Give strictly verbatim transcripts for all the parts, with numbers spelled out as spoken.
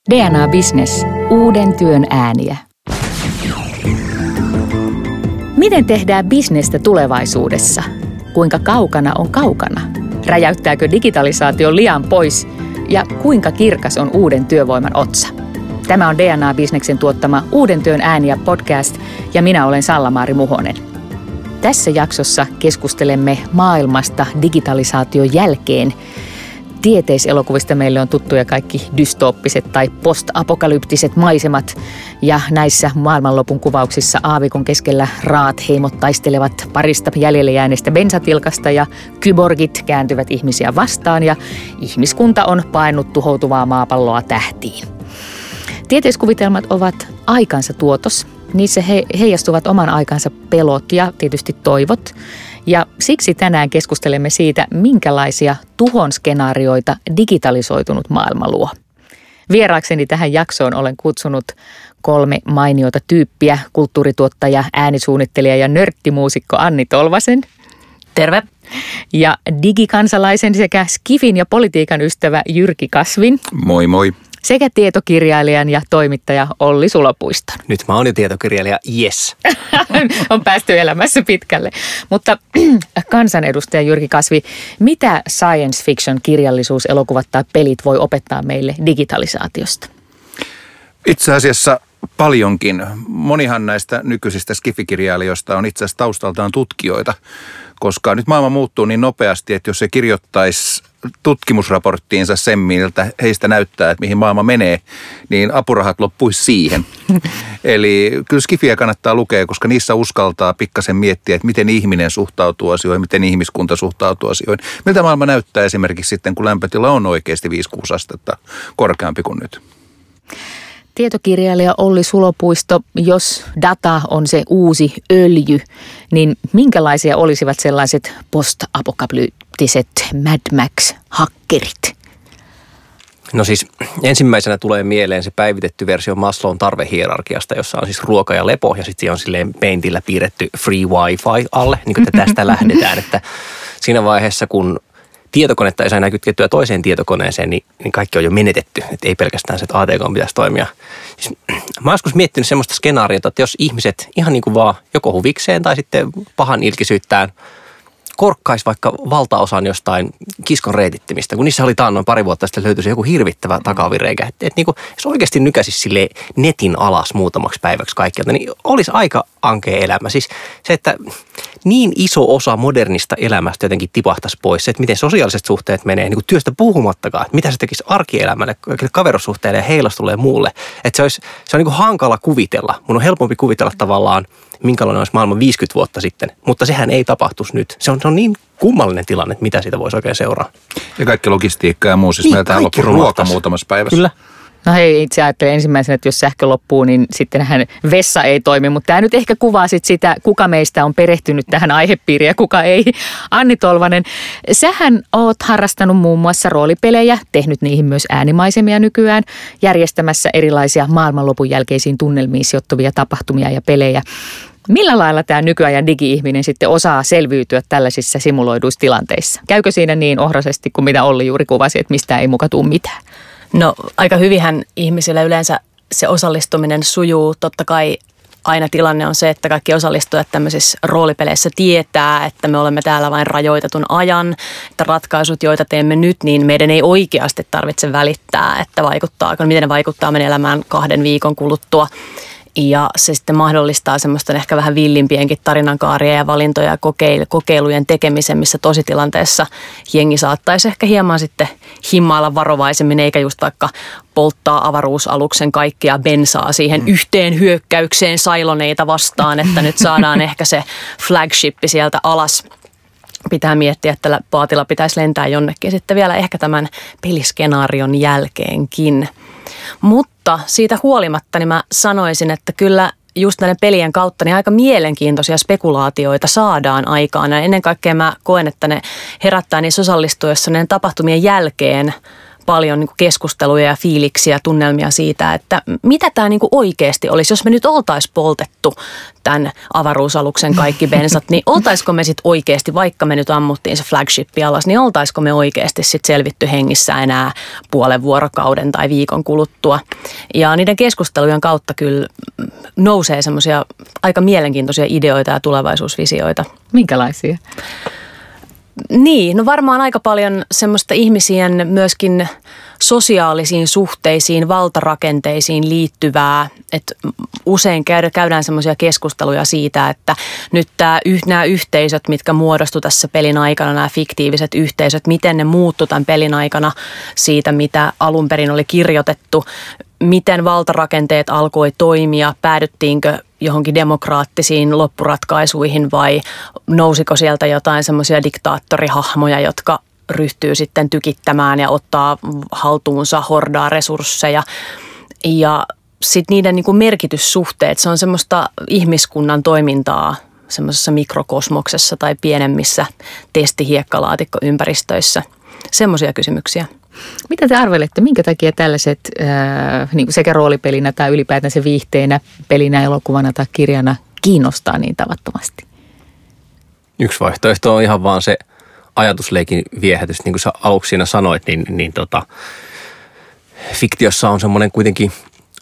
D N A Business. Uuden työn ääniä. Miten tehdään bisnestä tulevaisuudessa? Kuinka kaukana on kaukana? Räjäyttääkö digitalisaatio liian pois? Ja kuinka kirkas on uuden työvoiman otsa? Tämä on D N A Businessin tuottama Uuden työn ääniä podcast ja minä olen Salla-Maari Muhonen. Tässä jaksossa keskustelemme maailmasta digitalisaation jälkeen. Tieteiselokuvista meille on tuttuja kaikki dystooppiset tai post-apokalyptiset maisemat. Ja näissä maailmanlopun kuvauksissa aavikon keskellä raat-heimot taistelevat parista jäljelle jääneestä bensatilkasta ja kyborgit kääntyvät ihmisiä vastaan ja ihmiskunta on paennut tuhoutuvaa maapalloa tähtiin. Tieteiskuvitelmat ovat aikansa tuotos. Niissä he, heijastuvat oman aikansa pelot ja tietysti toivot. Ja siksi tänään keskustelemme siitä, minkälaisia tuhon skenaarioita digitalisoitunut maailma luo. Vieraakseni tähän jaksoon olen kutsunut kolme mainiota tyyppiä, kulttuurituottaja, äänisuunnittelija ja nörttimuusikko Anni Tolvasen. Terve. Ja digikansalaisen sekä skifin ja politiikan ystävä Jyrki Kasvin. Moi moi. Sekä tietokirjailijan ja toimittaja Olli Sulopuiston. Nyt mä oon jo tietokirjailija, yes. On päästy elämässä pitkälle. Mutta kansanedustaja Jyrki Kasvi, mitä science fiction kirjallisuus, elokuvat tai pelit voi opettaa meille digitalisaatiosta? Itse asiassa paljonkin. Monihan näistä nykyisistä skifikirjailijoista on itse asiassa taustaltaan tutkijoita, koska nyt maailma muuttuu niin nopeasti, että jos se kirjoittaisi tutkimusraporttiinsa sen, miltä heistä näyttää, että mihin maailma menee, niin apurahat loppuisi siihen. Eli kyllä skifiä kannattaa lukea, koska niissä uskaltaa pikkasen miettiä, että miten ihminen suhtautuu asioihin, miten ihmiskunta suhtautuu asioihin. Miltä maailma näyttää esimerkiksi sitten, kun lämpötila on oikeasti viisi kuusi astetta korkeampi kuin nyt. Tietokirjailija Olli Sulopuisto, jos data on se uusi öljy, niin minkälaisia olisivat sellaiset post-apokalyptiset Mad Max-hakkerit? No siis ensimmäisenä tulee mieleen se päivitetty versio Maslown tarvehierarkiasta, jossa on siis ruoka ja lepo ja sitten on silleen peintillä piirretty free wifi alle, niin kuin että tästä lähdetään, että siinä vaiheessa kun tietokonetta ei saa enää kytkettyä toiseen tietokoneeseen, niin, niin kaikki on jo menetetty. Että ei pelkästään se, että A T K pitäisi toimia. Siis, mä oon joskus miettinyt semmoista skenaariota, että jos ihmiset ihan niin kuin vaan joko huvikseen tai sitten pahan ilkisyyttään korkkaisi vaikka valtaosan jostain kiskon reitittimistä, kun niissä oli taannoin pari vuotta sitten löytyisi joku hirvittävä takavireikä. Että et niinku, jos oikeasti nykäisi sille netin alas muutamaksi päiväksi kaikkialta, niin olisi aika ankea elämä. Siis se, että niin iso osa modernista elämästä jotenkin tipahtaisi pois. Se, että miten sosiaaliset suhteet menee, niin kuin työstä puhumattakaan. Että mitä se tekisi arkielämälle, kaverussuhteille ja heilastulle ja muulle. Että se, olisi, se on niin kuin hankala kuvitella. Mun on helpompi kuvitella tavallaan, minkälainen olisi maailma viisikymmentä vuotta sitten. Mutta sehän ei tapahtuisi nyt. Se on, se on niin kummallinen tilanne, että mitä siitä voisi oikein seuraa. Ja kaikki logistiikka ja muu. Siis niin, meiltähän loppuu ruoka muutamassa päivässä. Kyllä. No hei, itse ajattelen ensimmäisenä, että jos sähkö loppuu, niin sittenhän vessa ei toimi. Mutta tämä nyt ehkä kuvaa sit sitä, kuka meistä on perehtynyt tähän aihepiiriin ja kuka ei. Anni Tolvanen, sähän oot harrastanut muun muassa roolipelejä, tehnyt niihin myös äänimaisemia nykyään, järjestämässä erilaisia maailmanlopun jälkeisiin tunnelmiin sijoittuvia tapahtumia ja pelejä. Millä lailla tämä nykyajan digi-ihminen sitten osaa selviytyä tällaisissa simuloiduissa tilanteissa? Käykö siinä niin ohrasesti kuin mitä Olli juuri kuvasi, että mistään ei muka tule mitään? No aika hyvinhän ihmisillä yleensä se osallistuminen sujuu. Totta kai aina tilanne on se, että kaikki osallistujat tämmöisissä roolipeleissä tietää, että me olemme täällä vain rajoitetun ajan. Että ratkaisut, joita teemme nyt, niin meidän ei oikeasti tarvitse välittää, että vaikuttaako, miten ne vaikuttaa meidän elämään kahden viikon kuluttua. Ja se sitten mahdollistaa semmoista ehkä vähän villimpienkin tarinankaaria ja valintoja ja kokeilujen tekemisen, missä tositilanteessa jengi saattaisi ehkä hieman sitten himmailla varovaisemmin, eikä just vaikka polttaa avaruusaluksen kaikkia bensaa siihen yhteen hyökkäykseen Cylonneita vastaan, että nyt saadaan ehkä se flagshippi sieltä alas. Pitää miettiä, että paatilla pitäisi lentää jonnekin sitten vielä ehkä tämän peliskenaarion jälkeenkin. Mutta siitä huolimatta niin mä sanoisin, että kyllä just näiden pelien kautta niin aika mielenkiintoisia spekulaatioita saadaan aikaan. Ja ennen kaikkea mä koen, että ne herättää niissä osallistuessa ne tapahtumien jälkeen paljon niin kuin keskusteluja ja fiiliksiä, tunnelmia siitä, että mitä tämä niin kuin oikeasti olisi, jos me nyt oltaisiin poltettu tämän avaruusaluksen kaikki bensat, niin oltaisiko me sitten oikeasti, vaikka me nyt ammuttiin se flagshippi alas, niin oltaisiko me oikeasti sitten selvitty hengissä enää puolen vuorokauden tai viikon kuluttua. Ja niiden keskustelujen kautta kyllä nousee semmoisia aika mielenkiintoisia ideoita ja tulevaisuusvisioita. Minkälaisia? Niin, no varmaan aika paljon semmoista ihmisien myöskin sosiaalisiin suhteisiin, valtarakenteisiin liittyvää, että usein käydään semmoisia keskusteluja siitä, että nyt tämä, nämä yhteisöt, mitkä muodostu tässä pelin aikana, nämä fiktiiviset yhteisöt, miten ne muuttu tämän pelin aikana siitä, mitä alun perin oli kirjoitettu, miten valtarakenteet alkoi toimia, päädyttiinkö johonkin demokraattisiin loppuratkaisuihin vai nousiko sieltä jotain semmoisia diktaattorihahmoja, jotka ryhtyy sitten tykittämään ja ottaa haltuunsa, hordaa resursseja. Ja sitten niiden niin kuin merkityssuhteet, se on semmoista ihmiskunnan toimintaa semmoisessa mikrokosmoksessa tai pienemmissä testihiekkalaatikkoympäristöissä. Semmoisia kysymyksiä. Mitä te arvelette, minkä takia tällaiset äh, niin kuin sekä roolipelinä tai ylipäätänsä viihteenä, pelinä, elokuvana tai kirjana kiinnostaa niin tavattomasti? Yksi vaihtoehto on ihan vaan se ajatusleikin viehätys. Niin kuin sä aluksi siinä sanoit, niin, niin tota, fiktiossa on semmoinen kuitenkin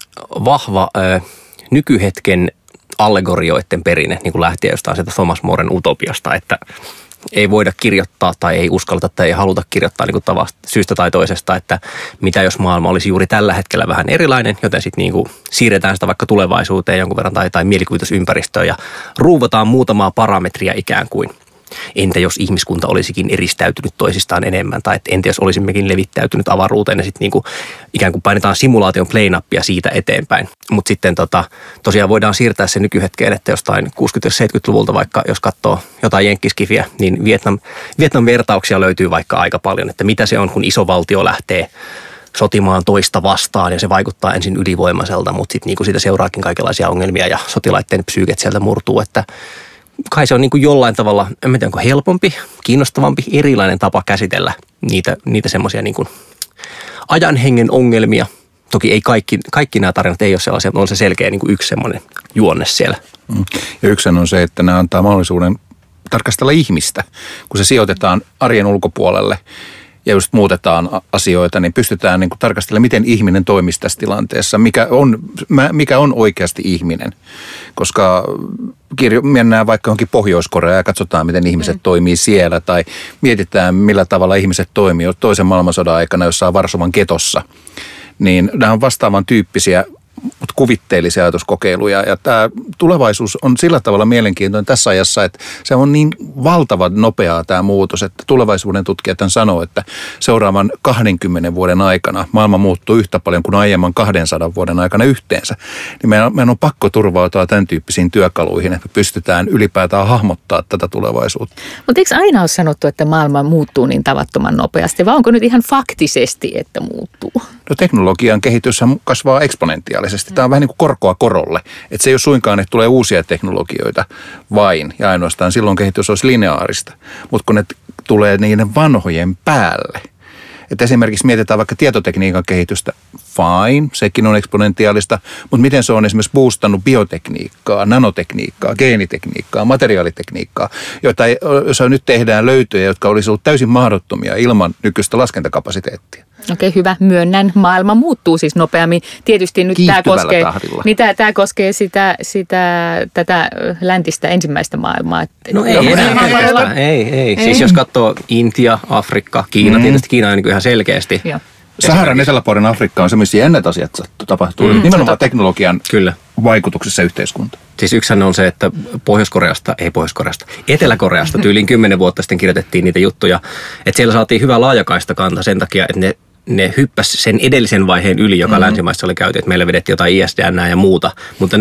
vahva äh, nykyhetken allegorioiden perinne, niin kuin lähtien jostain sieltä Thomas Moren utopiasta, että ei voida kirjoittaa tai ei uskalleta tai ei haluta kirjoittaa niin kuin tavasta, syystä tai toisesta, että mitä jos maailma olisi juuri tällä hetkellä vähän erilainen, joten sitten niin kuin siirretään sitä vaikka tulevaisuuteen jonkun verran tai, tai mielikuvitusympäristöön ja ruuvataan muutamaa parametria ikään kuin. Entä jos ihmiskunta olisikin eristäytynyt toisistaan enemmän tai entä jos olisimmekin levittäytynyt avaruuteen ja sitten niinku ikään kuin painetaan simulaation play-nappia siitä eteenpäin. Mutta sitten tota, tosiaan voidaan siirtää se nykyhetkeen, että jostain kuusikymmentä-seitsemänkymmentäluvulta vaikka jos katsoo jotain jenkkiskifiä, niin Vietnam, Vietnam vertauksia löytyy vaikka aika paljon, että mitä se on, kun iso valtio lähtee sotimaan toista vastaan ja se vaikuttaa ensin ylivoimaiselta, mutta sitten niinku siitä seuraakin kaikenlaisia ongelmia ja sotilaiden psyyket sieltä murtuu, että kai se on niin kuin jollain tavalla, en tiedä, onko helpompi, kiinnostavampi, erilainen tapa käsitellä niitä, niitä semmoisia niin kuin ajan hengen ongelmia. Toki ei kaikki, kaikki nämä tarinat ei ole sellaisia, mutta on se selkeä niin kuin yksi semmoinen juonne siellä. Ja yksi on se, että nämä antaa mahdollisuuden tarkastella ihmistä, kun se sijoitetaan arjen ulkopuolelle ja just muutetaan asioita, niin pystytään niin kuin tarkastelemaan, miten ihminen toimisi tässä tilanteessa, mikä on, mikä on oikeasti ihminen. Koska kirjo, mennään vaikka johonkin Pohjois-Koreaan ja katsotaan, miten ihmiset mm. toimii siellä, tai mietitään, millä tavalla ihmiset toimii toisen maailmansodan aikana jossain Varsovan getossa. Niin nämä on vastaavan tyyppisiä, mutta kuvitteellisia ajatuskokeiluja. Ja tämä tulevaisuus on sillä tavalla mielenkiintoinen tässä ajassa, että se on niin valtavan nopeaa tämä muutos, että tulevaisuuden tutkijat sanoo, että seuraavan kahdenkymmenen vuoden aikana maailma muuttuu yhtä paljon kuin aiemman kahdensadan vuoden aikana yhteensä. Niin meidän, meidän on pakko turvautua tämän tyyppisiin työkaluihin, että me pystytään ylipäätään hahmottaa tätä tulevaisuutta. Mutta eikö aina ole sanottu, että maailma muuttuu niin tavattoman nopeasti, vai onko nyt ihan faktisesti, että muuttuu? No teknologian kehitys kasvaa eksponentiaalisesti. Tämä on vähän niin kuin korkoa korolle. Että se ei ole suinkaan, että tulee uusia teknologioita vain ja ainoastaan silloin kehitys olisi lineaarista. Mutta kun ne tulee niiden vanhojen päälle. Että esimerkiksi mietitään vaikka tietotekniikan kehitystä, fine, sekin on eksponentiaalista, mutta miten se on esimerkiksi boostannut biotekniikkaa, nanotekniikkaa, geenitekniikkaa, materiaalitekniikkaa, joita joissa nyt tehdään löytöjä, jotka olisi ollut täysin mahdottomia ilman nykyistä laskentakapasiteettia. Okei, hyvä. Myönnän. Maailma muuttuu siis nopeammin. Tietysti nyt tämä koskee, niin tämä, tämä koskee sitä, sitä, tätä läntistä ensimmäistä maailmaa. No ei, ei, ei, ei, ei. Siis jos katsoo Intia, Afrikka, Kiina, mm. tietysti Kiina on niin ihan selkeästi. Joo. Saharan eteläpuolen Afrikka on semmoisia ennät asiat tapahtuu. Mm. Nimenomaan teknologian Kyllä. vaikutuksessa yhteiskuntaan. Siis yksihän on se, että Pohjois-Koreasta, ei Pohjois-Koreasta, Etelä-Koreasta tyyliin kymmenen vuotta sitten kirjoitettiin niitä juttuja, että siellä saatiin hyvä laajakaista kanta sen takia, että ne ne hyppäsi sen edellisen vaiheen yli, joka mm-hmm. länsimaissa oli käyty, että meillä vedettiin jotain I S D N ja muuta, mutta ne oli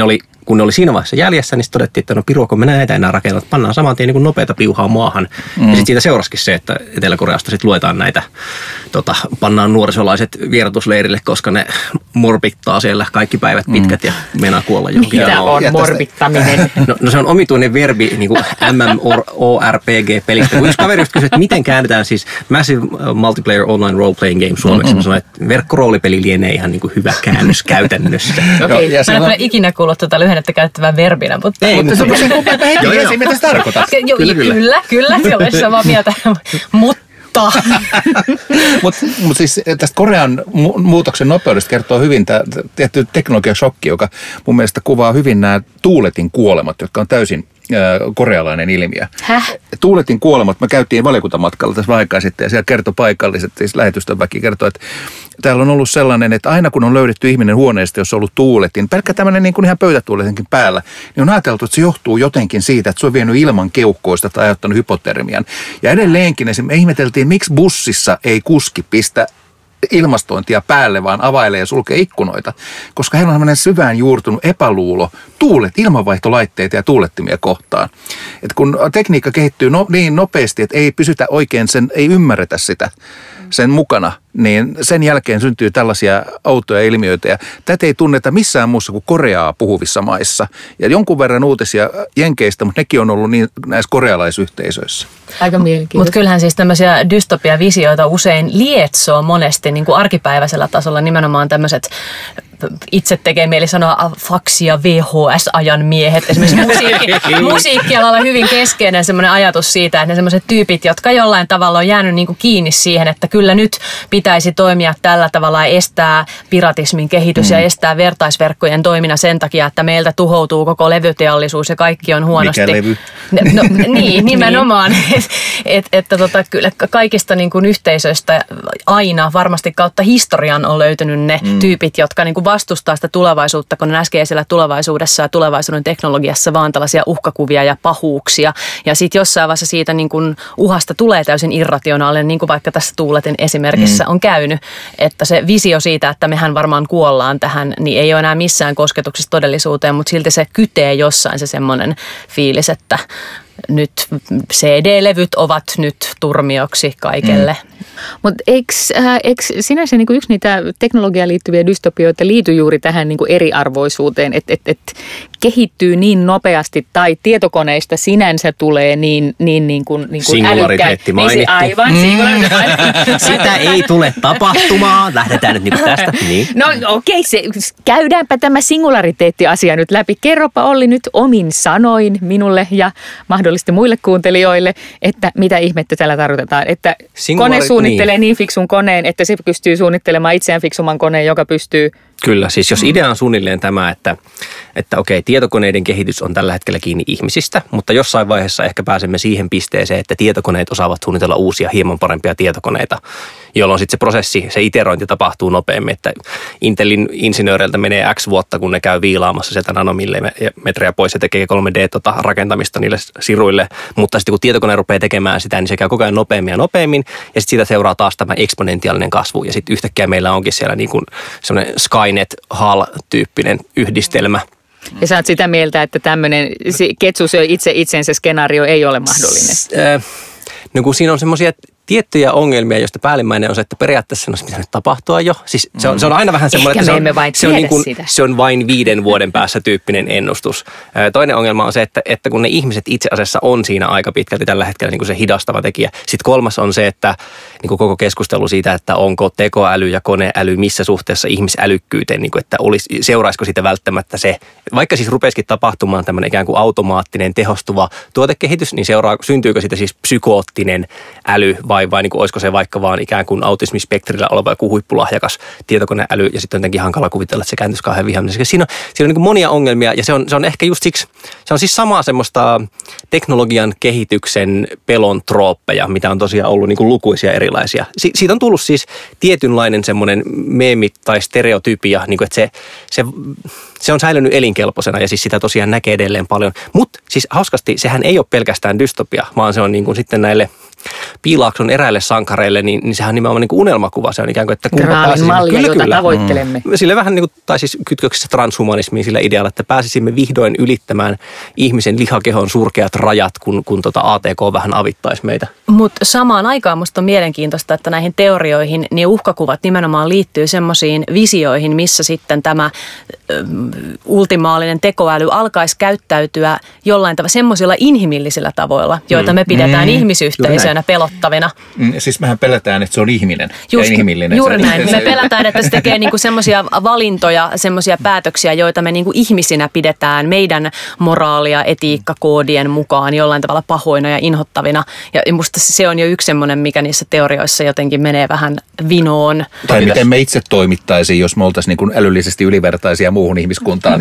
kun ne oli siinä vaiheessa jäljessä, niin todettiin, että no piruako me näitä enää rakennat, pannaan saman tien niin kuin nopeata piuhaa maahan. Mm. Ja sitten siitä seurasikin se, että Etelä-Koreasta sitten luetaan näitä, tota, pannaan nuorisolaiset vierotusleirille, koska ne morbittaa siellä kaikki päivät pitkät mm. ja meinaa kuolla johonkin. Mitä on morbittaminen? No, no se on omituinen verbi niin kuin MMORPG-pelistä. Kun yksi kaveri just kysyi, että miten käännetään siis Massive Multiplayer Online Role-Playing Game suomeksi, mm-hmm. mä sanoin, että verkkoroolipeli lienee ihan niin kuin hyvä käännös käytännössä. Okei, okay. Mä en ole ikinä kuullut tuota lyhennettä käyttävän verbinä, mutta... Ei, mutta se on kumpaa heti esiin, mitä se tarkoittaa. Kyllä, kyllä, kyllä, kyllä, olen samaa mieltä, mutta... Mutta mut siis tästä Korean mu- muutoksen nopeudesta kertoo hyvin tämä tietty teknologiashokki, joka mun mielestä kuvaa hyvin nämä tuuletin kuolemat, jotka on täysin äh, korealainen ilmiö. Häh? Tuuletin kuolemat, me käytiin valiokuntamatkalla tässä vähän aikaa sitten ja siellä kertoi paikalliset, siis lähetystön väki kertoi, että täällä on ollut sellainen, että aina kun on löydetty ihminen huoneesta, jossa on ollut tuuletin, pelkkä tämmöinen niin kuin ihan pöytätuuletinkin päällä, niin on ajateltu, että se johtuu jotenkin siitä, että se on vienyt ilman keuhkoista tai aiheuttanut hypotermian. Ja edelleenkin esimerkiksi ihmeteltiin, miksi bussissa ei kuski pistä ilmastointia päälle, vaan availee ja sulkee ikkunoita, koska heillä on sellainen syvään juurtunut epäluulo tuulet, ilmanvaihtolaitteita ja tuulettimia kohtaan. Et kun tekniikka kehittyy no, niin nopeasti, että ei pysytä oikein sen, ei ymmärretä sitä sen mukana, niin sen jälkeen syntyy tällaisia outoja ilmiöitä. Ja tätä ei tunneta missään muussa kuin Koreaa puhuvissa maissa. Ja jonkun verran uutisia Jenkeistä, mutta nekin on ollut niin näissä korealaisyhteisöissä. Aika mielenkiintoista. Mutta kyllähän siis tämmöisiä dystopia-visioita usein lietsoo monesti niin kuin arkipäiväisellä tasolla nimenomaan tämmöiset, itse tekee mieli sanoa faksi- ja V H S-ajan miehet. Esimerkiksi musiikki, musiikkialalla hyvin keskeinen semmoinen ajatus siitä, että ne semmoiset tyypit, jotka jollain tavalla on jäänyt niin kuin kiinni siihen, että kyllä nyt pitäisi toimia tällä tavalla ja estää piratismin kehitys mm. ja estää vertaisverkkojen toiminnan sen takia, että meiltä tuhoutuu koko levyteollisuus ja kaikki on huonosti. Mikä levy? No, niin, nimenomaan. et, et, että tota, kyllä kaikista niin kuin yhteisöistä aina varmasti kautta historian on löytynyt ne mm. tyypit, jotka niin kuin vastustaa sitä tulevaisuutta, kun on äskeisellä tulevaisuudessa ja tulevaisuuden teknologiassa vaan tällaisia uhkakuvia ja pahuuksia. Ja sitten jossain vaiheessa siitä niin kuin uhasta tulee täysin irrationaalinen, niin kuin vaikka tässä Tuuletin esimerkissä mm. on käynyt, että se visio siitä, että mehän varmaan kuollaan tähän, niin ei ole enää missään kosketuksessa todellisuuteen, mutta silti se kytee jossain se semmoinen fiilis, että nyt C D-levyt ovat nyt turmioksi kaikelle. Mm. Mutta eikö, äh, eikö sinänsä niinku yksi niitä teknologiaan liittyviä dystopioita liity juuri tähän niinku eriarvoisuuteen, että et, et kehittyy niin nopeasti tai tietokoneista sinänsä tulee niin, niin, niin kuin, niin kuin singulariteetti mainittu. Aivan, mm. singulariteetti. Sitä ei tule tapahtumaan. Lähdetään nyt niinku tästä. Niin. No okei, okay, käydäänpä tämä singulariteetti-asia nyt läpi. Kerropa Olli nyt omin sanoin minulle ja mahdollisesti muille kuuntelijoille, että mitä ihmettä tällä tarkoitetaan. Että kone suunnittelee niin. niin fiksun koneen, että se pystyy suunnittelemaan itseään fiksuman koneen, joka pystyy... Kyllä, siis jos idea on suunnilleen tämä, että, että okei, tietokoneiden kehitys on tällä hetkellä kiinni ihmisistä, mutta jossain vaiheessa ehkä pääsemme siihen pisteeseen, että tietokoneet osaavat suunnitella uusia, hieman parempia tietokoneita, jolloin sitten se prosessi, se iterointi tapahtuu nopeammin, että Intelin insinööreiltä menee X vuotta, kun ne käy viilaamassa sieltä nanomillimetrejä pois ja tekee kolme D-rakentamista niille siruille, mutta sitten kun tietokone rupeaa tekemään sitä, niin se käy koko ajan nopeammin ja nopeammin, ja sitten siitä seuraa taas tämä eksponentiaalinen kasvu, ja sitten yhtäkkiä meillä onkin siellä niin kuin semmoinen Skynet-Hal-tyyppinen yhdistelmä. Ja sä oot sitä mieltä, että tämmöinen ketsu syö itse itsensä skenaario ei ole mahdollinen? S- äh, no kun siinä on semmoisia tiettyjä ongelmia, joista päällimmäinen on se, että periaatteessa sen olisi pitänyt tapahtua jo. Siis se on, se on aina vähän semmoinen, että se on, se, on niin kuin, se on vain viiden vuoden päässä tyyppinen ennustus. Toinen ongelma on se, että, että kun ne ihmiset itse asiassa on siinä aika pitkälti tällä hetkellä niin kuin se hidastava tekijä. Sitten kolmas on se, että niin kuin koko keskustelu siitä, että onko tekoäly ja koneäly missä suhteessa ihmisälykkyyteen, niin kuin, että olisi, seuraisiko siitä välttämättä se, vaikka siis rupeisikin tapahtumaan tämmöinen ikään kuin automaattinen tehostuva tuotekehitys, niin seuraa, syntyykö siitä siis psykoottinen äly vai, vai niin kuin, olisiko se vaikka vaan ikään kuin autismispektrillä oleva joku huippulahjakas tietokoneäly ja sitten on jotenkin hankala kuvitella, että se kääntyisi kauhean vihaamiseksi. Siinä on, siinä on niin kuin monia ongelmia ja se on, se on ehkä just siksi, se on siis samaa semmoista teknologian kehityksen pelon trooppeja, mitä on tosiaan ollut niin kuin lukuisia erilaisia. Si- siitä on tullut siis tietynlainen semmoinen meemi tai stereotypia, niin kuin, että se, se, se on säilynyt elinkelpoisena ja siis sitä tosiaan näkee edelleen paljon. Mutta siis hauskasti sehän ei ole pelkästään dystopia, vaan se on niin kuin sitten näille Piilaakson eräille sankareille, niin, niin sehän on nimenomaan niin kuin unelmakuva. Se on ikään kuin, että kumpa Graalin mallia, kyllä, jota kyllä. tavoittelemme. Mm. Sille vähän niin kuin, tai siis kytköksessä transhumanismiin sillä idealla, että pääsisimme vihdoin ylittämään ihmisen lihakehon surkeat rajat, kun, kun tota A T K vähän avittaisi meitä. Mutta samaan aikaan musta on mielenkiintoista, että näihin teorioihin niin uhkakuvat nimenomaan liittyy semmoisiin visioihin, missä sitten tämä ö, ultimaalinen tekoäly alkaisi käyttäytyä jollain tavalla semmoisilla inhimillisillä tavoilla, joita me pidetään mm. ihmisyhteisöönä pelottavina. Mm, siis mehän pelätään, että se on ihminen Just, ja inhimillinen. Juuri näin. Me pelätään, että se tekee niinku semmoisia valintoja, semmoisia päätöksiä, joita me niinku ihmisinä pidetään meidän moraalia, etiikkakoodien mukaan jollain tavalla pahoina ja inhottavina. Ja musta se on jo yksi semmoinen, mikä niissä teorioissa jotenkin menee vähän vinoon. Tai miten me itse toimittaisiin, jos me oltaisiin niin kuin älyllisesti ylivertaisia muuhun ihmiskuntaan.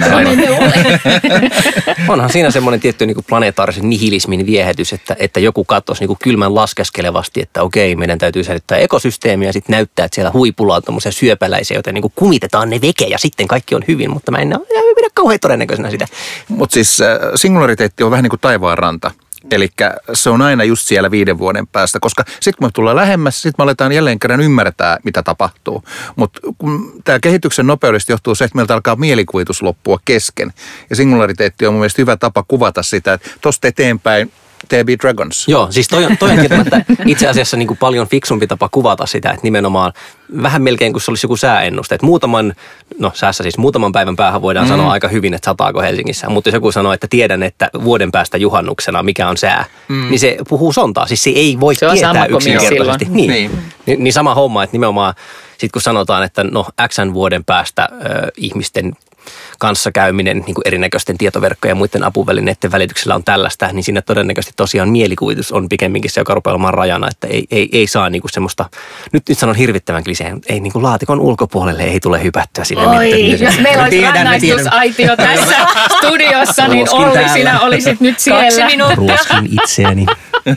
Onhan siinä semmoinen tietty niin kuin planetaarisen nihilismin viehätys, että, että joku katsoisi niin kuin kylmän laskeskelevasti, että okei, meidän täytyy säilyttää ekosysteemiä ja sitten näyttää, että siellä huipulla on tommoisia syöpäläisiä, joten niin kuin kumitetaan ne veke ja sitten kaikki on hyvin, mutta mä en pidä kauhean todennäköisenä sitä. Mutta siis singulariteetti on vähän niin kuin taivaanranta. Eli se on aina just siellä viiden vuoden päästä, koska sitten kun me tullaan lähemmäs, sitten me aletaan jälleen kerran ymmärtää, mitä tapahtuu. Mutta tämä kehityksen nopeudesta johtuu se, että meiltä alkaa mielikuvitus loppua kesken. Ja singulariteetti on mun mielestä hyvä tapa kuvata sitä, että tosta eteenpäin there be dragons. Joo, siis toi on, toi on kieltämättä itse asiassa niin kuin paljon fiksumpi tapa kuvata sitä, että nimenomaan vähän melkein kuin se olisi joku sääennuste. Että muutaman, no säässä siis muutaman päivän päähän voidaan mm. sanoa aika hyvin, että sataako Helsingissä. Mutta jos joku sanoo, että tiedän, että vuoden päästä juhannuksena mikä on sää, mm. niin se puhuu sontaa. Siis se ei voi se tietää yksinkertaisesti. Niin. Niin. Niin. niin sama homma, että nimenomaan sitten kun sanotaan, että no Xn vuoden päästä äh, ihmisten kanssakäyminen niin kuin erinäköisten tietoverkkojen ja muiden apuvälineiden välityksellä on tällaista, niin siinä todennäköisesti tosiaan mielikuvitus on pikemminkin se, joka rupeaa olemaan rajana, että ei, ei, ei saa niin kuin semmoista, nyt, nyt sanon hirvittävän kliseen, ei niin kuin laatikon ulkopuolelle ei tule hypättyä sinne. Oi, mitään. jos meillä olisi rangaistusaitio tässä studiossa, niin Olli, sinä olisit nyt siellä. Kaksi minuuttia. Ruoskin itseäni.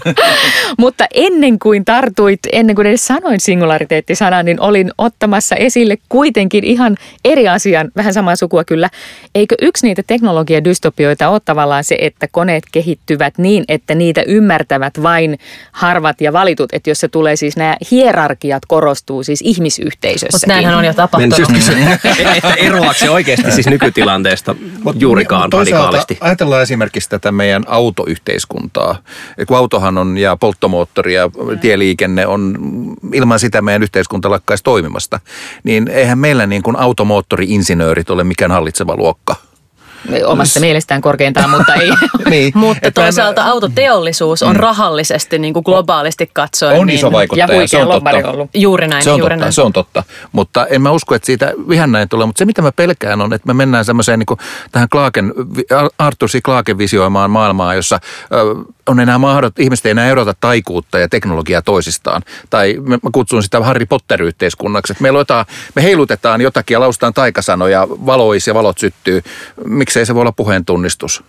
Mutta ennen kuin tartuit, ennen kuin edes sanoin singulariteettisanan, niin olin ottamassa esille kuitenkin ihan eri asian, vähän samaa sukua kyllä. Eikö yksi niitä teknologiadystopioita ole tavallaan se, että koneet kehittyvät niin, että niitä ymmärtävät vain harvat ja valitut, että jos se tulee siis nämä hierarkiat korostuu siis ihmisyhteisössäkin. Mutta näinhän on jo tapahtunut. Että eroaako se oikeasti siis nykytilanteesta juurikaan radikaalisti? Ajatellaan esimerkiksi tätä meidän autoyhteiskuntaa. Kun autohan on ja polttomoottori ja tieliikenne on, ilman sitä meidän yhteiskunta lakkaisi toimimasta, niin eihän meillä niin kuin automoottori-insinöörit ole mikään hallitseva luokka. Omasta mielestään korkeintaan, mutta ei. niin. Mutta toisaalta autoteollisuus on mm. rahallisesti niin kuin globaalisti katsoen. On niin, iso vaikuttaja, ja huikea se on lobbari totta. ollut. Juuri näin, se on juuri totta, näin. se on totta. Mutta en mä usko, että siitä ihan näin tulee. Mutta se, mitä mä pelkään on, että me mennään semmoiseen niin kuin tähän Clarken, Arthur C. Clarken visioimaan maailmaan, jossa on enää mahdot, ihmiset ei enää erota taikuutta ja teknologiaa toisistaan. Tai mä kutsun sitä Harry Potter-yhteiskunnaksi. Että meillä jotain, me heilutetaan jotakin ja lausutaan taikasanoja, valois ja valot syttyy. Miksei se voi olla puheen tunnistus?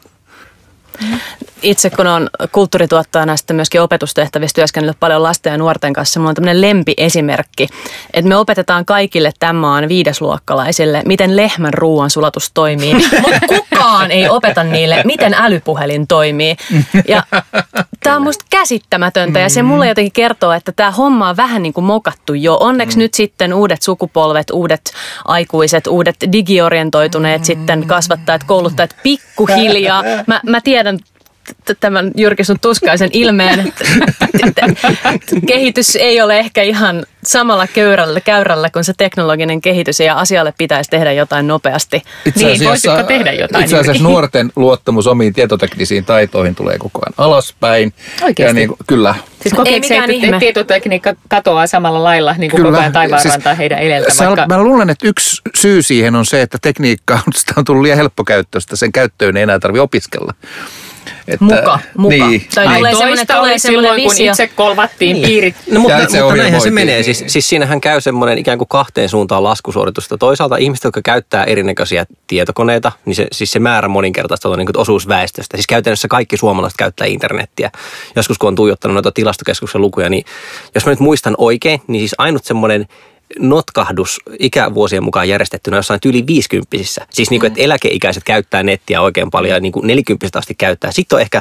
Itse kun on kulttuurituottajana sitten myöskin opetustehtävissä työskennellyt paljon lasten ja nuorten kanssa, mulla on tämmöinen lempiesimerkki, että me opetetaan kaikille tämän maan viidesluokkalaisille, miten lehmän ruoansulatus toimii, mutta kukaan ei opeta niille, miten älypuhelin toimii. Ja tämä on musta käsittämätöntä ja se mulle jotenkin kertoo, että tämä homma on vähän niin kuin mokattu jo. Onneksi mm. nyt sitten uudet sukupolvet, uudet aikuiset, uudet digiorientoituneet mm. sitten kasvattajat, kouluttajat pikkuhiljaa. Mä, mä tiedän tämän Jyrki sun tuskaisen ilmeen. Kehitys ei ole ehkä ihan samalla käyrällä, käyrällä kuin se teknologinen kehitys ja asialle pitäisi tehdä jotain nopeasti. Itse niin, voisitko tehdä jotain? Itse asiassa nuorten luottamus omiin tietoteknisiin taitoihin tulee koko ajan alaspäin. Oikeasti? Ja niin, kyllä. Siis kokeeko se, että ihme. Tietotekniikka katoaa samalla lailla niin kuin koko ajan taivaanrantaa siis, heidän edeltä? Vaikka... Mä luulen, että yksi syy siihen on se, että tekniikka on, sitä on tullut liian helppokäyttöistä. Sen käyttöön ei enää tarvitse opiskella. Että, muka, muka. Niin. Tai tulee toista oli silloin, kun itse kolvattiin niin. piirit. No, mutta mutta näinhän se menee. Siis, siis siinähän käy semmoinen ikään kuin kahteen suuntaan laskusuoritusta. Toisaalta ihmiset, jotka käyttää erinäköisiä tietokoneita, niin se, siis se määrä moninkertaista on niin kuin osuus väestöstä. Siis käytännössä kaikki suomalaiset käyttää internettiä. Joskus kun on tuijottanut noita tilastokeskuksen lukuja, niin jos mä nyt muistan oikein, niin siis ainut semmoinen notkahdus ikävuosien mukaan järjestettynä jossain yli viisikymppisissä. Siis niin kuin, että eläkeikäiset käyttää nettiä oikein paljon ja niin kuin nelikymppiset asti käyttää. Sitten on ehkä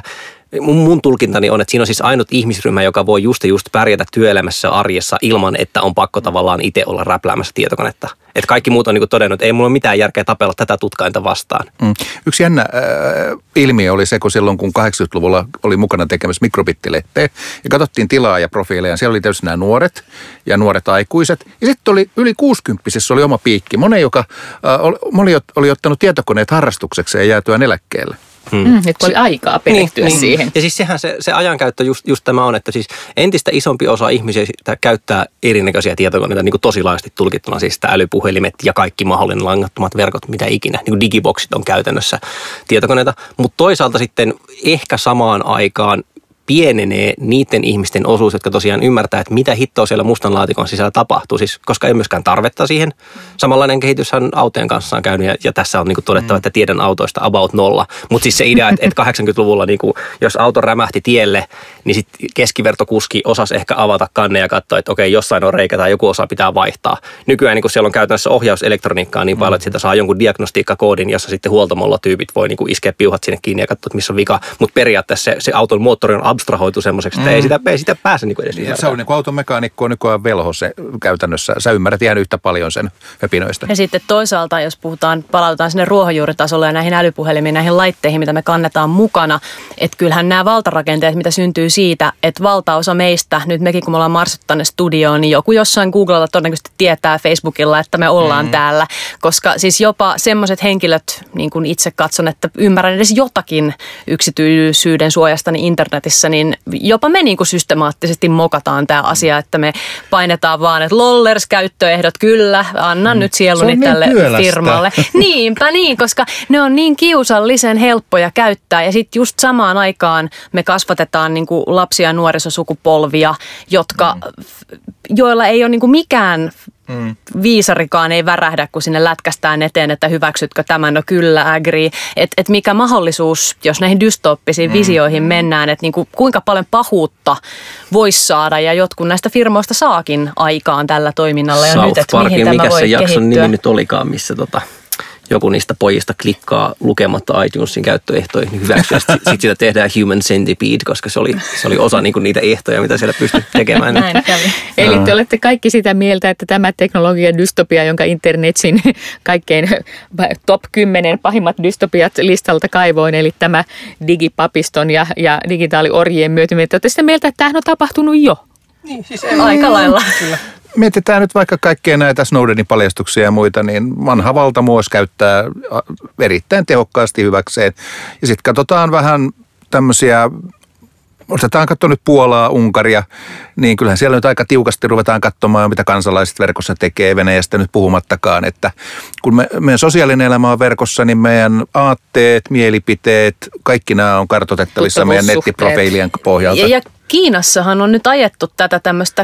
mun, mun tulkintani on, että siinä on siis ainut ihmisryhmä, joka voi just just pärjätä työelämässä arjessa ilman, että on pakko tavallaan itse olla räpläämässä tietokonetta. Että kaikki muut on niin kuin todennut, että ei mulla ole mitään järkeä tapella tätä tutkainta vastaan. Mm. Yksi jännä äh, ilmiö oli se, kun silloin kun kahdeksankymmentäluvulla oli mukana tekemässä mikrobittilehteä ja katsottiin tilaa ja profiileja. Siellä oli tietysti nämä nuoret ja nuoret aikuiset. Ja sitten oli yli kuusikymppisissä oli oma piikki. Moni, joka äh, oli, moni oli ottanut tietokoneet harrastukseksi ja jäätyään eläkkeelle. Hmm. Mm, että oli aikaa perehtyä niin, siihen. Niin. Ja siis sehän se, se ajankäyttö just, just tämä on, että siis entistä isompi osa ihmisiä käyttää erinäköisiä tietokoneita niin kuin tosi laajasti tulkittuna, siis sitä älypuhelimet ja kaikki mahdollinen langattomat verkot, mitä ikinä. Niin kuin digiboksit on käytännössä tietokoneita, mutta toisaalta sitten ehkä samaan aikaan pienenee niiden ihmisten osuus, jotka tosiaan ymmärtää, että mitä hittoa siellä mustan laatikon sisällä tapahtuu, siis, koska ei myöskään tarvetta siihen. Samanlainen kehityshän autojen kanssa on käynyt, ja, ja tässä on niin kuin todettava, että tiedän autoista about nolla. Mutta siis se idea, että, että kahdeksankymmentäluvulla, niin kuin, jos auto rämähti tielle, niin sitten keskivertokuski osasi ehkä avata kanne ja katsoa, että okei, jossain on reikä tai joku osa pitää vaihtaa. Nykyään niin kuin siellä on käytännössä ohjauselektroniikkaa niin paljon, että sitä saa jonkun diagnostiikkakoodin, jossa sitten huoltamolla tyypit voi niin kuin iskeä piuhat sinne kiinni ja katsoa, missä on vika. Mutta periaatteessa se, se auton moottori on abstrahoitu semmoiseksi, että mm. ei, sitä, ei sitä pääse niin edes ymmärtämään. Se on niin kuin automekaanikko on nykyään velho se käytännössä. Sä ymmärrät ihan yhtä paljon sen höpinöistä. Ja sitten toisaalta, jos puhutaan, palautetaan sinne ruohonjuuritasolle ja näihin älypuhelimiin, näihin laitteihin, mitä me kannetaan mukana, että kyllähän nämä valtarakenteet, mitä syntyy siitä, että valtaosa meistä, nyt mekin kun me ollaan marssittu tänne studioon, niin joku jossain Googlella todennäköisesti tietää Facebookilla, että me ollaan mm. täällä, koska siis jopa semmoiset henkilöt, niin kuin itse katson, että ymmärrän edes jotakin yksityisyyden suojasta niin internetissä, niin jopa me niin kuin systemaattisesti mokataan tämä asia, että me painetaan vaan, että lollers käyttöehdot, kyllä, annan mm. nyt sieluni tälle niin firmalle. Niinpä niin, koska ne on niin kiusallisen helppoja käyttää ja sitten just samaan aikaan me kasvatetaan niin kuin lapsia ja nuorisosukupolvia, jotka, mm. joilla ei ole niin kuin mikään Mm. viisarikaan ei värähdä, kun sinne lätkästään eteen, että hyväksytkö tämän, no kyllä, agree. Että et mikä mahdollisuus, jos näihin dystooppisiin mm. visioihin mennään, että niinku, kuinka paljon pahuutta voisi saada ja jotkut näistä firmoista saakin aikaan tällä toiminnalla. Ja South nyt, että Parkin, mihin tämä mikä voi se jakson kehittyä. nimi nyt olikaan, missä tota... joku niistä pojista klikkaa lukematta iTunesin käyttöehtoja, niin hyväksyä. Sitten sit sitä tehdään Human Centipede, koska se oli, se oli osa niinku niitä ehtoja, mitä siellä pystyi tekemään. Näin kävi. Eli te olette kaikki sitä mieltä, että tämä teknologian dystopia, jonka internetsin kaikkein top kymmenen pahimmat dystopiat listalta kaivoin, eli tämä digipapiston ja, ja digitaaliorjien myötyminen, että olette sitä mieltä, että tämähän on tapahtunut jo. Niin, siis aika lailla. Kyllä. Mietitään nyt vaikka kaikkea näitä Snowdenin paljastuksia ja muita, niin vanha valtamuos käyttää erittäin tehokkaasti hyväkseen. Ja sitten katsotaan vähän tämmöisiä, otetaan katsoa nyt Puolaa, Unkaria, niin kyllähän siellä nyt aika tiukasti ruvetaan katsomaan, mitä kansalaiset verkossa tekee, Venäjästä nyt puhumattakaan. Että kun me, meidän sosiaalinen elämä on verkossa, niin meidän aatteet, mielipiteet, kaikki nämä on kartoitettavissa meidän nettiprofiilien pohjalta. Ja, ja Kiinassahan on nyt ajettu tätä tämmöistä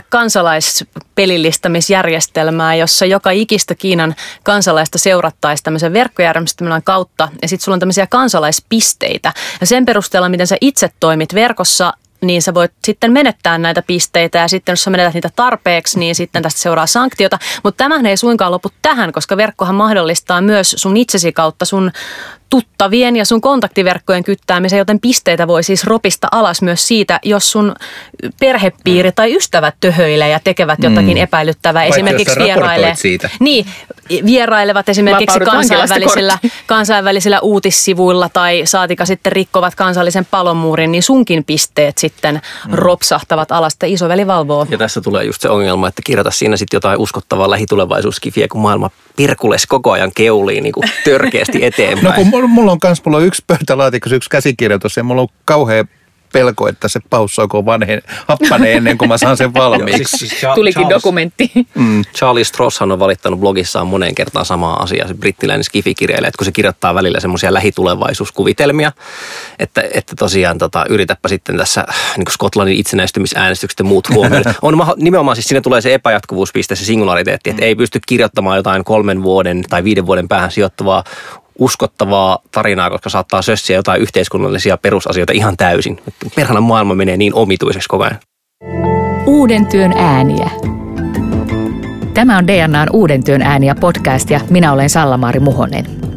kansalaispelillistämisjärjestelmää, jossa joka ikistä Kiinan kansalaista seurattaisiin tämmöisen verkkojärjestelmän kautta ja sitten sulla on tämmöisiä kansalaispisteitä. Ja sen perusteella, miten sä itse toimit verkossa, niin sä voit sitten menettää näitä pisteitä ja sitten jos sä menetät niitä tarpeeksi, niin sitten tästä seuraa sanktiota. Mutta tämähän ei suinkaan lopu tähän, koska verkkohan mahdollistaa myös sun itsesi kautta sun tuttavien ja sun kontaktiverkkojen kyttäämisen, joten pisteitä voi siis ropista alas myös siitä, jos sun perhepiiri tai ystävät töhöilee ja tekevät jotakin mm. epäilyttävää. Vaikka esimerkiksi vierailee. Siitä. Niin, vierailevat esimerkiksi kansainvälisillä, kansainvälisillä uutissivuilla tai saatika sitten rikkovat kansallisen palomuurin, niin sunkin pisteet sitten mm. ropsahtavat alas, että isoveli valvoo. Ja tässä tulee just se ongelma, että kirjoita siinä sitten jotain uskottavaa lähitulevaisuuskifiä, kun maailma pirkules koko ajan keuliin niin kuin törkeästi eteenpäin. No kun mulla on kans, mulla on yksi pöytälaatikossa, yksi käsikirjoitus ja mulla on kauhea pelko, että se paussoiko vanhen happanee ennen kuin mä saan sen valmiiksi. siis Tulikin Charles, dokumentti. Mm. Charlie Strosshan on valittanut blogissaan moneen kertaan samaa asiaa, se brittiläinen skifikirjailija, että kun se kirjoittaa välillä semmoisia lähitulevaisuuskuvitelmia, että, että tosiaan tota, yritäpä sitten tässä niin kuin Skotlannin itsenäistymisäänestykset ja muut huomioon. On nimenomaan siis siinä tulee se epäjatkuvuuspiste, se singulariteetti, että ei pysty kirjoittamaan jotain kolmen vuoden tai viiden vuoden päähän sijoittavaa uskottavaa tarinaa, koska saattaa sössiä jotain yhteiskunnallisia perusasioita ihan täysin. Perhana maailma menee niin omituiseksi koko ajan. Uuden työn ääniä. Tämä on D N A:n Uuden työn ääniä podcast ja minä olen Salla-Maari Muhonen.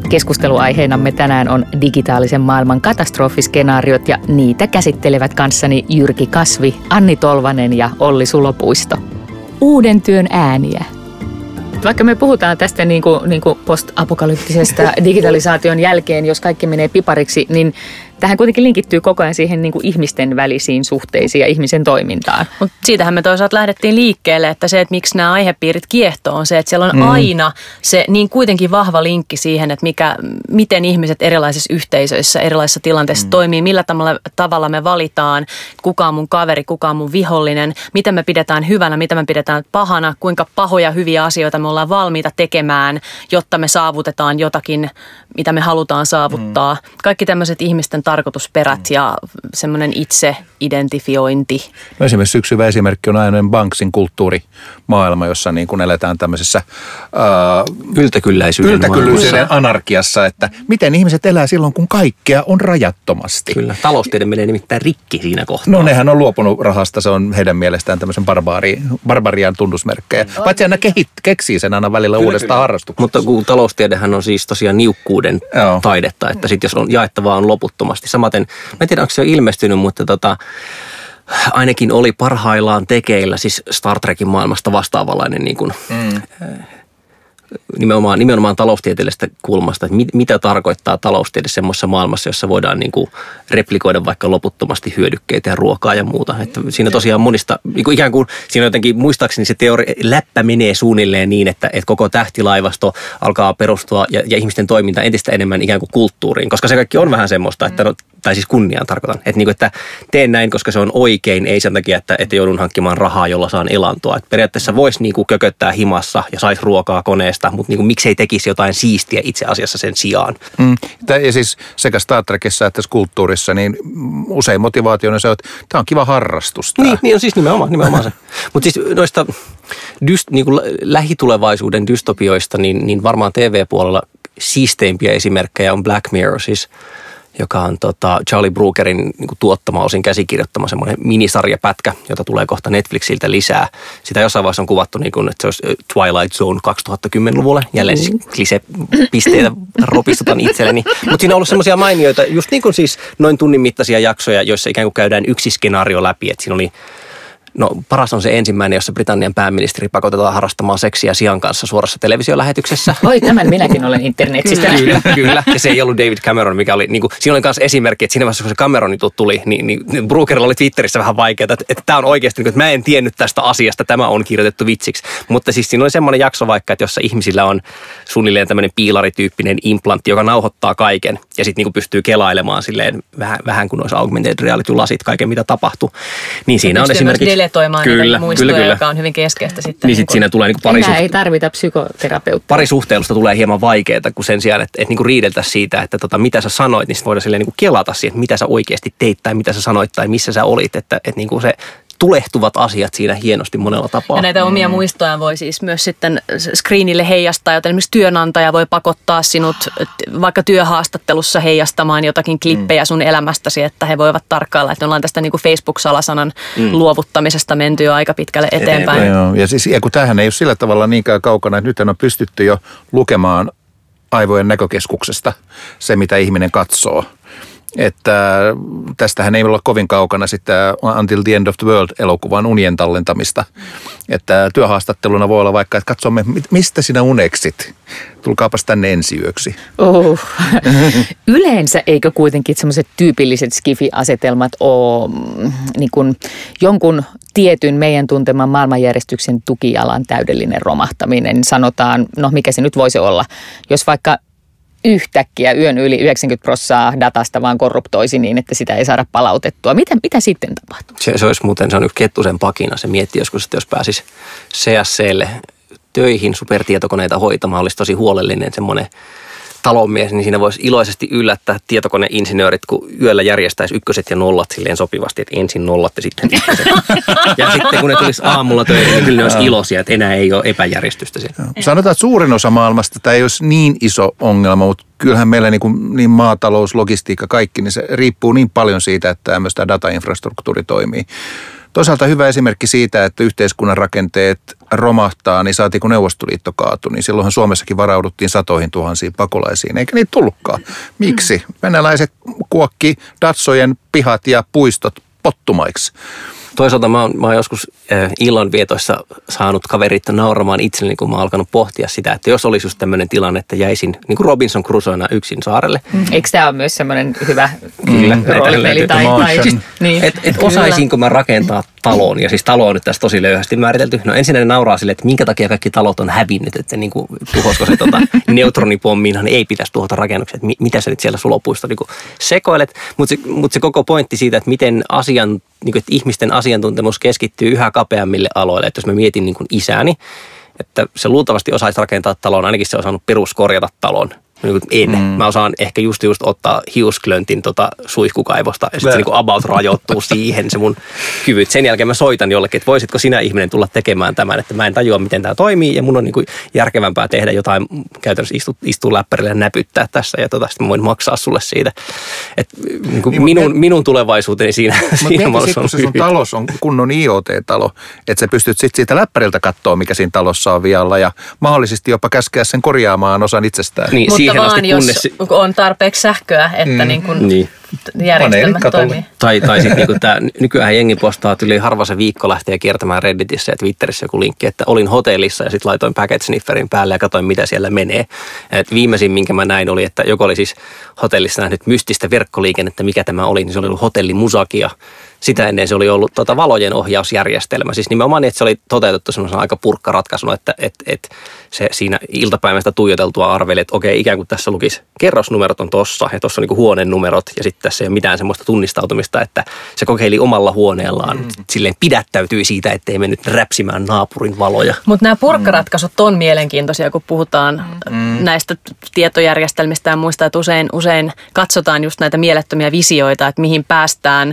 Keskusteluaiheenamme tänään on digitaalisen maailman katastrofiskenaariot ja niitä käsittelevät kanssani Jyrki Kasvi, Anni Tolvanen ja Olli Sulopuisto. Uuden työn ääniä. Vaikka me puhutaan tästä niin kuin, niin kuin post-apokalyptisesta digitalisaation jälkeen, jos kaikki menee pipariksi, niin tähän kuitenkin linkittyy koko ajan siihen niin kuin ihmisten välisiin suhteisiin ja ihmisen toimintaan. Mutta siitähän me toisaalta lähdettiin liikkeelle, että se, että miksi nämä aihepiirit kiehtoo, on se, että siellä on mm. aina se niin kuitenkin vahva linkki siihen, että mikä, miten ihmiset erilaisissa yhteisöissä, erilaisissa tilanteissa mm. toimii, millä tavalla, tavalla me valitaan, kuka on mun kaveri, kuka on mun vihollinen, miten me pidetään hyvänä, mitä me pidetään pahana, kuinka pahoja hyviä asioita me ollaan valmiita tekemään, jotta me saavutetaan jotakin, mitä me halutaan saavuttaa. Mm. Kaikki tämmöiset ihmisten tarkoitusperät mm. ja semmoinen itse-identifiointi. No esimerkiksi yksi hyvä esimerkki on Ainoen Banksin kulttuurimaailma, jossa niin kuin eletään tämmöisessä uh, yltäkylläisyyden, yltäkylläisyyden anarkiassa, että miten ihmiset elää silloin, kun kaikkea on rajattomasti. Kyllä, taloustiede menee nimittäin rikki siinä kohtaa. No nehän on luopunut rahasta, se on heidän mielestään tämmöisen barbaari, barbarian tunnusmerkkejä. Mm. Paitsi aina kehit, keksii sen aina välillä kyllä, uudestaan harrastuksesta. Mutta kun taloustiedehän on siis tosiaan niukkuuden Joo. taidetta, että sitten jos on jaettavaa on loputtomasti. Samaten, mä en tiedä, onko se jo ilmestynyt, mutta tota, ainakin oli parhaillaan tekeillä, siis Star Trekin maailmasta vastaavanlainen niin kuin, mm. nimenomaan, nimenomaan taloustieteellisestä kulmasta, että mit, mitä tarkoittaa taloustiede semmoisessa maailmassa, jossa voidaan niin kuin replikoida vaikka loputtomasti hyödykkeitä ja ruokaa ja muuta. Että siinä tosiaan monista, niin kuin ikään kuin siinä jotenkin muistaakseni se teoria, läppä menee suunnilleen niin, että, että koko tähtilaivasto alkaa perustua ja, ja ihmisten toiminta entistä enemmän ikään kuin kulttuuriin, koska se kaikki on vähän semmoista, että no, tai siis kunniaan tarkoitan, että, niin kuin, että teen näin, koska se on oikein, ei sen takia, että, että joudun hankkimaan rahaa, jolla saan elantoa. Että periaatteessa voisi niin kuin kököttää himassa ja saisi ruokaa koneesta, mutta niin kuin, miksei tekisi jotain siistiä itse asiassa sen sijaan. Mm. Ja siis sekä Star Trekissa että kulttuurissa, niin usein motivaationa on se, että tämä on kiva harrastus. Tää. Niin, niin on siis nimenomaan, nimenomaan se. Mutta siis noista dyst, niin kuin lähitulevaisuuden dystopioista, niin, niin varmaan T V-puolella siisteimpiä esimerkkejä on Black Mirror, siis joka on tota Charlie Brookerin niin kuin tuottama, osin käsikirjoittama semmoinen minisarjapätkä, jota tulee kohta Netflixiltä lisää. Sitä jossain vaiheessa on kuvattu niin kuin, että se olisi Twilight Zone kaksituhattakymmenluvulle. Jälleen siis klisepisteitä ropistutan itselleni. Mutta siinä on ollut semmoisia mainioita, just niin kuin siis noin tunnin mittaisia jaksoja, joissa ikään kuin käydään yksi skenaario läpi. Että siinä oli No paras on se ensimmäinen, jossa Britannian pääministeri pakotetaan harrastamaan seksiä sian kanssa suorassa televisiolähetyksessä. Oi, tämän minäkin olen internetistä. Kyllä, kyllä. Ja se ei ollut David Cameron, mikä oli, niin kuin, siinä oli myös esimerkki, että siinä vaiheessa, kun se Cameron juttu tuli, niin, niin Brookerilla oli Twitterissä vähän vaikeaa, että, että tämä on oikeasti, että mä en tiennyt tästä asiasta, tämä on kirjoitettu vitsiksi. Mutta siis siinä oli semmoinen jakso vaikka, että jossa ihmisillä on suunnilleen tämmöinen piilarityyppinen implantti, joka nauhoittaa kaiken ja sitten niin pystyy kelailemaan silleen vähän, vähän kuin olisi augmented reality-lasit, kaiken mitä tapahtuu. Niin siinä on esimerkiksi deletoimaan kyllä, niitä muistoja, kyllä, kyllä. Joka on hyvin keskeistä sitten. Niin sitten siinä tulee niin parisuht... Enää ei tarvita psykoterapeuttia. Parisuhteelusta tulee hieman vaikeaa, kun sen sijaan, että, että niin riideltäisiin siitä, että tota, mitä sä sanoit, niin sitten voidaan silleen niin kelata siihen, että mitä sä oikeasti teit tai mitä sä sanoit tai missä sä olit, että, että niin se tulehtuvat asiat siinä hienosti monella tapaa. Ja näitä omia muistoja voi siis myös sitten screenille heijastaa, joten esimerkiksi työnantaja voi pakottaa sinut vaikka työhaastattelussa heijastamaan jotakin klippejä sun elämästäsi, että he voivat tarkkailla, että ollaan tästä niin kuin Facebook-salasanan mm. luovuttamisesta menty jo aika pitkälle eteenpäin. Joo, ja, siis, ja kun tämähän ei ole sillä tavalla niinkään kaukana, että nyt on pystytty jo lukemaan aivojen näkökeskuksesta se, mitä ihminen katsoo. Että tästähän ei olla kovin kaukana sitten Until the End of the World-elokuvan unien tallentamista. Että työhaastatteluna voi olla vaikka, että katsomme, mistä sinä uneksit. Tulkaapas tänne ensi yöksi. Oh. Yleensä eikö kuitenkin semmoiset tyypilliset skifi-asetelmat ole niin kuin jonkun tietyn meidän tunteman maailmanjärjestyksen tukijalan täydellinen romahtaminen. Sanotaan, no mikä se nyt voisi olla, jos vaikka yhtäkkiä yön yli yhdeksänkymmentä prosenttia datasta vaan korruptoisi niin, että sitä ei saada palautettua. Mitä, mitä sitten tapahtuu? Se, se olisi muuten, se on yksi Kettusen pakina. Se mietti joskus, että jos pääsisi C S C:lle töihin supertietokoneita hoitamaan, olisi tosi huolellinen semmoinen talonmies, niin siinä voisi iloisesti yllättää tietokoneinsinöörit, kun yöllä järjestäisi ykköset ja nollat silleen sopivasti, että ensin nollat ja sitten ykköset. Ja sitten kun ne tulisi aamulla töihin, niin kyllä ne olisi iloisia, että enää ei ole epäjärjestystä siinä. Sanotaan, että suurin osa maailmasta tämä ei olisi niin iso ongelma, mutta kyllähän meillä niin, kuin, niin maatalous, logistiikka, kaikki, niin se riippuu niin paljon siitä, että myös tämä datainfrastruktuuri toimii. Toisaalta hyvä esimerkki siitä, että yhteiskunnan rakenteet romahtaa, niin saatiin kun Neuvostoliitto kaatui, niin silloinhan Suomessakin varauduttiin satoihin tuhansiin pakolaisiin, eikä niitä tullutkaan. Miksi? Venäläiset kuokki Datsojen pihat ja puistot pottumaiksi. Toisaalta mä oon, mä oon joskus äh, illanvietoissa saanut kaverit nauramaan itselleni, kun mä oon alkanut pohtia sitä, että jos olisi just tämmöinen tilanne, että jäisin niin kuin Robinson Crusoena yksin saarelle. Mm. Eikö tämä ole myös semmoinen hyvä mm. roolipeli? Tai, tai, niin. Että et osaisinko mä rakentaa talon, ja siis talo on nyt tässä tosi löyhästi määritelty. No ensin ne nauraa sille, että minkä takia kaikki talot on hävinnyt, että niin kuin tuhosko se tota, neutronipommiinhan ei pitäisi tuhota rakennuksia, että mi, mitä sä nyt siellä sulopuista niin kuin sekoilet. Mutta se, mut se koko pointti siitä, että miten asian, niin kuin, että ihmisten asiantuntemus keskittyy yhä kapeammille aloille. Että jos mä mietin niin kuin isäni, että se luultavasti osaisi rakentaa talon, ainakin se on osannut peruskorjata talon. En. Mm. Mä osaan ehkä just just ottaa hiusklöntin tota suihkukaivosta ja sitten se niinku about rajoittuu siihen se mun kyvyt. Sen jälkeen mä soitan jollekin, että voisitko sinä ihminen tulla tekemään tämän, että mä en tajua miten tämä toimii ja mun on niinku järkevämpää tehdä jotain, käytännössä istu, istua läppärille ja näpyttää tässä ja tota, sitten mä voin maksaa sulle siitä. Et, niinku niin, minun, me, minun tulevaisuuteni siinä, siinä malassa on se sun talous on kunnon I O T-talo, että sä pystyt sitten siitä läppäriltä katsoa, mikä siinä talossa on vialla ja mahdollisesti jopa käskeä sen korjaamaan osan itsestään. Niin, mutta vaan asti, jos kunnes on tarpeeksi sähköä, että mm. niin kun niin. järjestelmä toimii. Tai, tai sitten niin tämä nykyään jengi postaa yli harva se viikko lähtee kiertämään Redditissä ja Twitterissä joku linkki, että olin hotellissa ja sitten laitoin packet snifferin päälle ja katsoin mitä siellä menee. Et viimeisin minkä mä näin oli, että joku oli siis hotellissa nähnyt mystistä verkkoliikennettä, mikä tämä oli, niin se oli ollut hotellimusakia. Sitä ennen se oli ollut tota, valojen ohjausjärjestelmä. Siis nimenomaan niin, että se oli toteutettu semmoisena aika purkkaratkaisuna, että et, et se siinä iltapäivästä tuijoteltua arveli, että okei, ikään kuin tässä lukisi kerrosnumerot on tossa ja tuossa on niin kuin huoneen numerot ja sitten tässä ei ole mitään semmoista tunnistautumista, että se kokeili omalla huoneellaan. Mm. Silleen pidättäytyi siitä, ettei mennyt räpsimään naapurin valoja. Mutta nämä purkkaratkaisut on mielenkiintoisia, kun puhutaan mm. näistä tietojärjestelmistä ja muista, että usein, usein katsotaan just näitä mielettömiä visioita, että mihin päästään,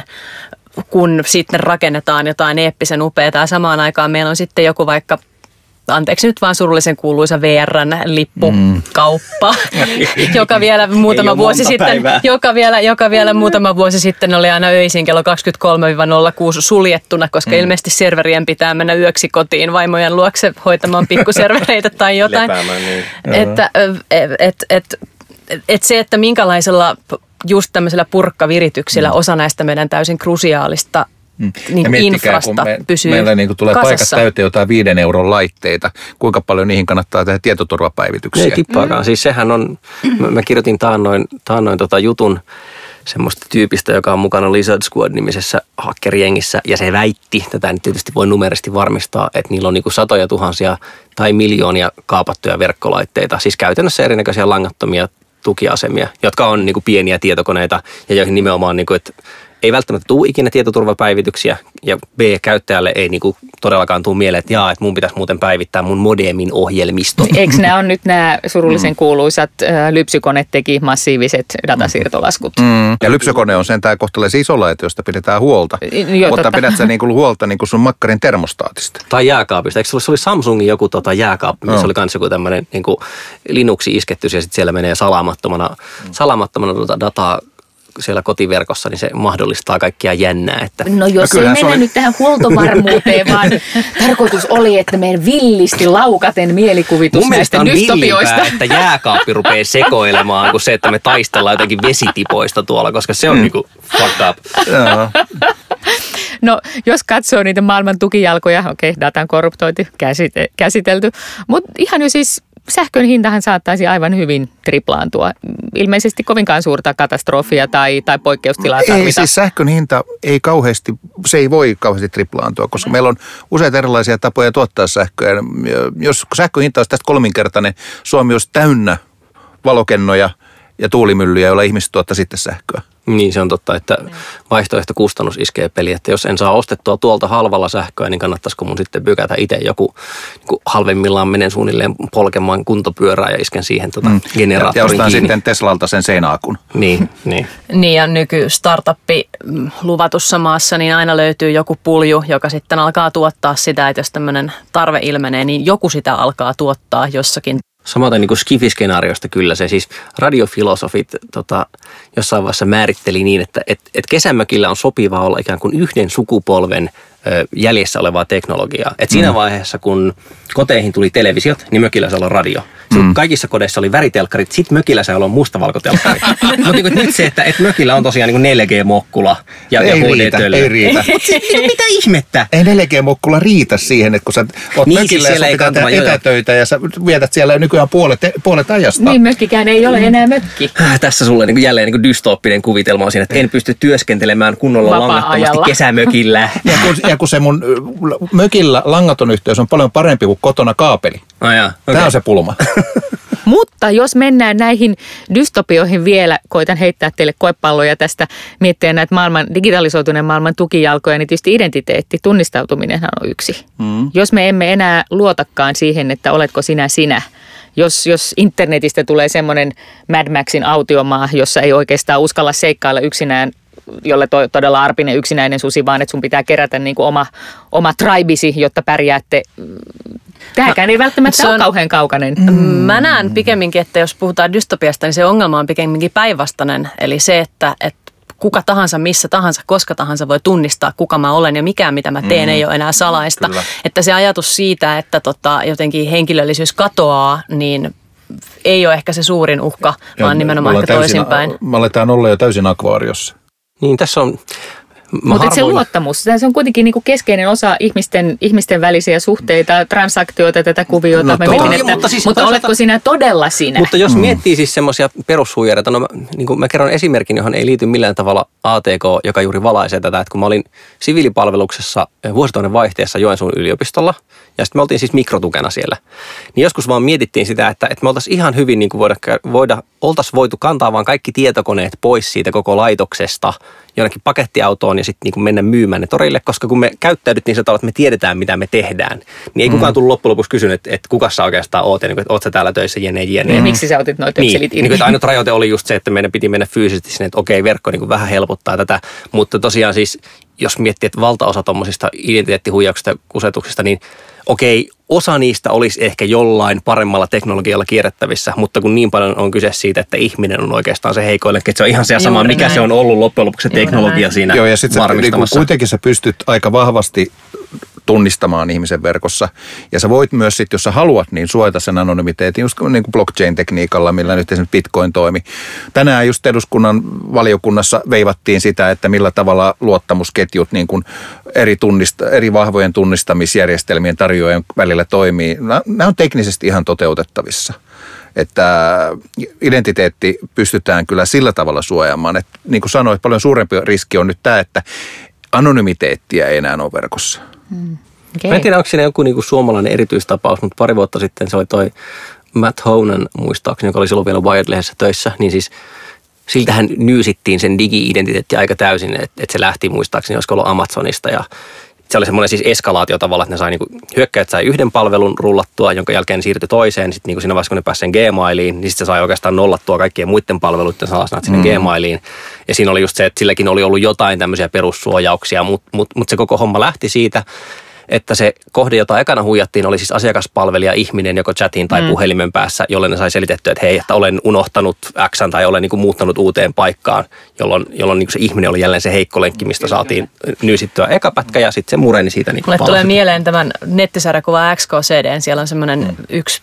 kun sitten rakennetaan jotain eeppisen upeaa ja samaan aikaan meillä on sitten joku vaikka, anteeksi nyt vaan surullisen kuuluisa V R:n lippukauppa, mm. joka vielä muutama vuosi sitten, joka vielä, joka vielä muutama vuosi sitten oli aina öisin kello kaksikymmentäkolme nolla kuusi suljettuna, koska mm. ilmeisesti serverien pitää mennä yöksi kotiin vaimojen luokse hoitamaan pikkuservereitä tai jotain. Lepäämään, niin. Että et, et, et, et se, että minkälaisella just tämmöisellä purkkavirityksillä mm. osa näistä meidän täysin krusiaalista mm. niin infrasta me, pysyy meillä niin tulee kasassa. Paikat täyteen jotain viiden euron laitteita. Kuinka paljon niihin kannattaa tehdä tietoturvapäivityksiä? Ei tippaakaan. Mm. Siis sehän on, mä, mä kirjoitin taannoin, taannoin tota jutun semmoista tyypistä, joka on mukana Lizard Squad-nimisessä hakkerijengissä, ja se väitti, tätä nyt tietysti voi numerisesti varmistaa, että niillä on niinku satoja tuhansia tai miljoonia kaapattuja verkkolaitteita, siis käytännössä erinäköisiä langattomia tukiasemia, jotka on niinku pieniä tietokoneita ja joihin nimenomaan, niinku, että ei välttämättä tule ikinä tietoturvapäivityksiä ja B, käyttäjälle ei niinku todellakaan tule mieleen, että jaa, että mun pitäisi muuten päivittää mun modemin ohjelmisto. Eikö nämä on nyt nämä surullisen kuuluisat äh, lypsykone teki massiiviset datasiirtolaskut? Mm. Ja lypsykone on sentään kohtalaisen isolla, että josta pidetään huolta. Jo, mutta totta. Pidät sä niinku huolta niinku sun makkarin termostaatista. Tai jääkaapista. Eikö se oli Samsungin joku tota jääkaappi, missä no. oli kans joku tämmöinen niinku Linuxi isketty ja sitten siellä menee salaamattomana, mm. salaamattomana tota dataa siellä kotiverkossa, niin se mahdollistaa kaikkia jännää. Että no jos no ei mennä oli nyt tähän huoltovarmuuteen, vaan tarkoitus oli, että meidän villisti laukaten mielikuvitus mun näistä dystopioista. Mun että jääkaappi rupeaa sekoilemaan kuin se, että me taistellaan jotenkin vesitipoista tuolla, koska se on mm. niinku fucked up. No jos katsoo niitä maailman tukijalkoja, okei, okay, datan korruptointi käsitelty, mutta ihan jo siis sähkön hintahan saattaisi aivan hyvin triplaantua. Ilmeisesti kovinkaan suurta katastrofia tai, tai poikkeustilaa tarvita. Ei siis sähkön hinta ei kauheasti, se ei voi kauheasti triplaantua, koska meillä on useita erilaisia tapoja tuottaa sähköä. Jos sähkön hinta olisi tästä kolminkertainen, Suomi olisi täynnä valokennoja ja tuulimyllyjä, joilla ihmiset tuottaa sitten sähköä. Niin se on totta, että vaihtoehto-kustannus iskee peli, että jos en saa ostettua tuolta halvalla sähköä, niin kannattaisiko mun sitten pykätä itse joku niin halvemmillaan menen suunnilleen polkemaan kuntopyörää ja isken siihen tota mm. generaattorin ja ostan kiinni. Sitten Teslalta sen seinäakun. Niin, niin. Niin ja nyky-startuppi luvatussa maassa, niin aina löytyy joku pulju, joka sitten alkaa tuottaa sitä, että jos tämmöinen tarve ilmenee, niin joku sitä alkaa tuottaa jossakin. Samoin niin kuin skifiskenaariosta kyllä se siis radiofilosofit tota, jossain vaiheessa määritteli niin, että et, et kesämökillä on sopivaa olla ikään kuin yhden sukupolven jäljessä olevaa teknologiaa. Et siinä mm. vaiheessa, kun koteihin tuli televisiot, niin mökillä sai olla radio. Mm. Kaikissa kodeissa oli väritelkkarit, sit mökillä sai olla mustavalkotelkkari. Mutta niin nyt se, että et mökillä on tosiaan niin neljä G-mokkula ja, ei ja riitä, ei riitä. Mitä ihmettä? Ei neljä G-mokkula riitä siihen, että kun sä oot niin, mökillä siis ja sun pitää tehdä etätöitä ja sä vietät siellä nykyään puolet, puolet ajasta. Niin, mökkikään ei ole enää mökki. Tässä sulle niin jälleen niin dystooppinen kuvitelma on siinä, että en pysty työskentelemään kunnolla langattomasti kesämökillä. Ja kun, ja kun se mun mökillä langaton yhteys on paljon parempi kuin kotona kaapeli. Oh, jaa, okay. Tämä on se pulma. Mutta jos mennään näihin dystopioihin vielä, koitan heittää teille koepalloja tästä, miettiä näitä maailman, digitalisoituneen maailman tukijalkoja, niin tietysti identiteetti, tunnistautuminenhan on yksi. Mm. Jos me emme enää luotakaan siihen, että oletko sinä sinä, jos, jos internetistä tulee semmoinen Mad Maxin autiomaa, jossa ei oikeastaan uskalla seikkailla yksinään, jolle to, todella arpinen yksinäinen susi, vaan että sun pitää kerätä niin kuin oma, oma tribesi, jotta pärjäätte. Tämäkään ei välttämättä ole kauhean kaukainen. Mm. Mä näen pikemminkin, että jos puhutaan dystopiasta, niin se ongelma on pikemminkin päinvastainen. Eli se, että, että kuka tahansa, missä tahansa, koska tahansa voi tunnistaa, kuka mä olen ja mikään, mitä mä teen, mm. ei ole enää salaista. Kyllä. Että se ajatus siitä, että tota, jotenkin henkilöllisyys katoaa, niin ei ole ehkä se suurin uhka, ja vaan nimenomaan ehkä toisinpäin. Me aletaan olla jo täysin akvaariossa. Niin, tässä on... Mutta se luottamus, se on kuitenkin niinku keskeinen osa ihmisten, ihmisten välisiä suhteita, transaktioita, tätä kuviota. No, mietin, että, mutta siis, mutta oletko sinä todella sinä? Mutta jos mm. miettii siis semmoisia perushuijareita, no niin kuin mä kerron esimerkin, johon ei liity millään tavalla A T K, joka juuri valaisee tätä, että kun mä olin siviilipalveluksessa vuosituhannen vaihteessa Joensuun yliopistolla, ja sitten me oltiin siis mikrotukena siellä, niin joskus vaan mietittiin sitä, että, että me oltaisiin ihan hyvin niin kuin voida, voida, oltaisiin voitu kantaa vaan kaikki tietokoneet pois siitä koko laitoksesta jonnekin pakettiautoon ja sitten niin mennä myymään ne torille, koska kun me käyttäydyttiin sillä tavalla, että me tiedetään, mitä me tehdään, niin ei kukaan tullut loppujen lopuksi kysynyt, että, että kuka sä oikeastaan oot ja niin, että oot sä täällä töissä jne, jne. Ja miksi sä otit noita niin, niin, niin, ainut rajoite oli just se, että meidän piti mennä fyysisesti sinne, että okei, verkko niin vähän helpottaa tätä, mutta tosiaan siis, jos miettii, että valtaosa tuommoisista identiteettihuijauksista ja kusetuksista, niin okei, osa niistä olisi ehkä jollain paremmalla teknologialla kierrettävissä, mutta kun niin paljon on kyse siitä, että ihminen on oikeastaan se heikoille, että se on ihan se sama, mikä näin. Se on ollut loppujen lopuksi se teknologia Juuri siinä Joo, ja sitten varmistamassa. Niin kuitenkin sä pystyt aika vahvasti tunnistamaan ihmisen verkossa. Ja sä voit myös sitten, jos sä haluat, niin suojata sen anonymiteetin just niin kuin blockchain-tekniikalla, millä nyt esimerkiksi Bitcoin toimi. Tänään just eduskunnan valiokunnassa veivattiin sitä, että millä tavalla luottamusketjut niin kuin eri, tunnista, eri vahvojen tunnistamisjärjestelmien tarjoajien välillä toimii. Nämä on teknisesti ihan toteutettavissa. Että identiteetti pystytään kyllä sillä tavalla suojaamaan. Että niin kuin sanoit, paljon suurempi riski on nyt tämä, että anonymiteettiä ei enää ole verkossa. Hmm. Okay. Mä en tiedä, onko siinä joku niinku suomalainen erityistapaus, mutta pari vuotta sitten se oli toi Matt Honan muistaakseni, joka oli silloin vielä Wired-lehdessä töissä, niin siis siltähän nyysittiin sen digi-identiteetti aika täysin, että, että se lähti muistaakseni, olisiko ollut Amazonista ja se oli semmoinen siis eskalaatio tavalla, että ne sai niinku, hyökkäjät sai yhden palvelun rullattua, jonka jälkeen ne siirtyi toiseen. Sitten niinku siinä vaiheessa, kun ne pääsi sen Gmailiin, niin sitten se sai oikeastaan nollattua kaikkien muiden palveluiden salasanat sinne mm. Gmailiin. Ja siinä oli just se, että silläkin oli ollut jotain tämmöisiä perussuojauksia, mutta mut, mut se koko homma lähti siitä, että se kohde, jota ekana huijattiin, oli siis asiakaspalvelija ihminen joko chatin tai mm. puhelimen päässä, jolle ne sai selitettyä, että hei, että olen unohtanut Xan tai olen niin kuin muuttanut uuteen paikkaan, jolloin, jolloin niin kuin se ihminen oli jälleen se heikko lenkki, mistä saatiin nyysittyä eka pätkä ja sitten se mureni siitä. Niin Mulle tulee mieleen tämän nettisarjakuva X K C D, siellä on semmoinen mm. yksi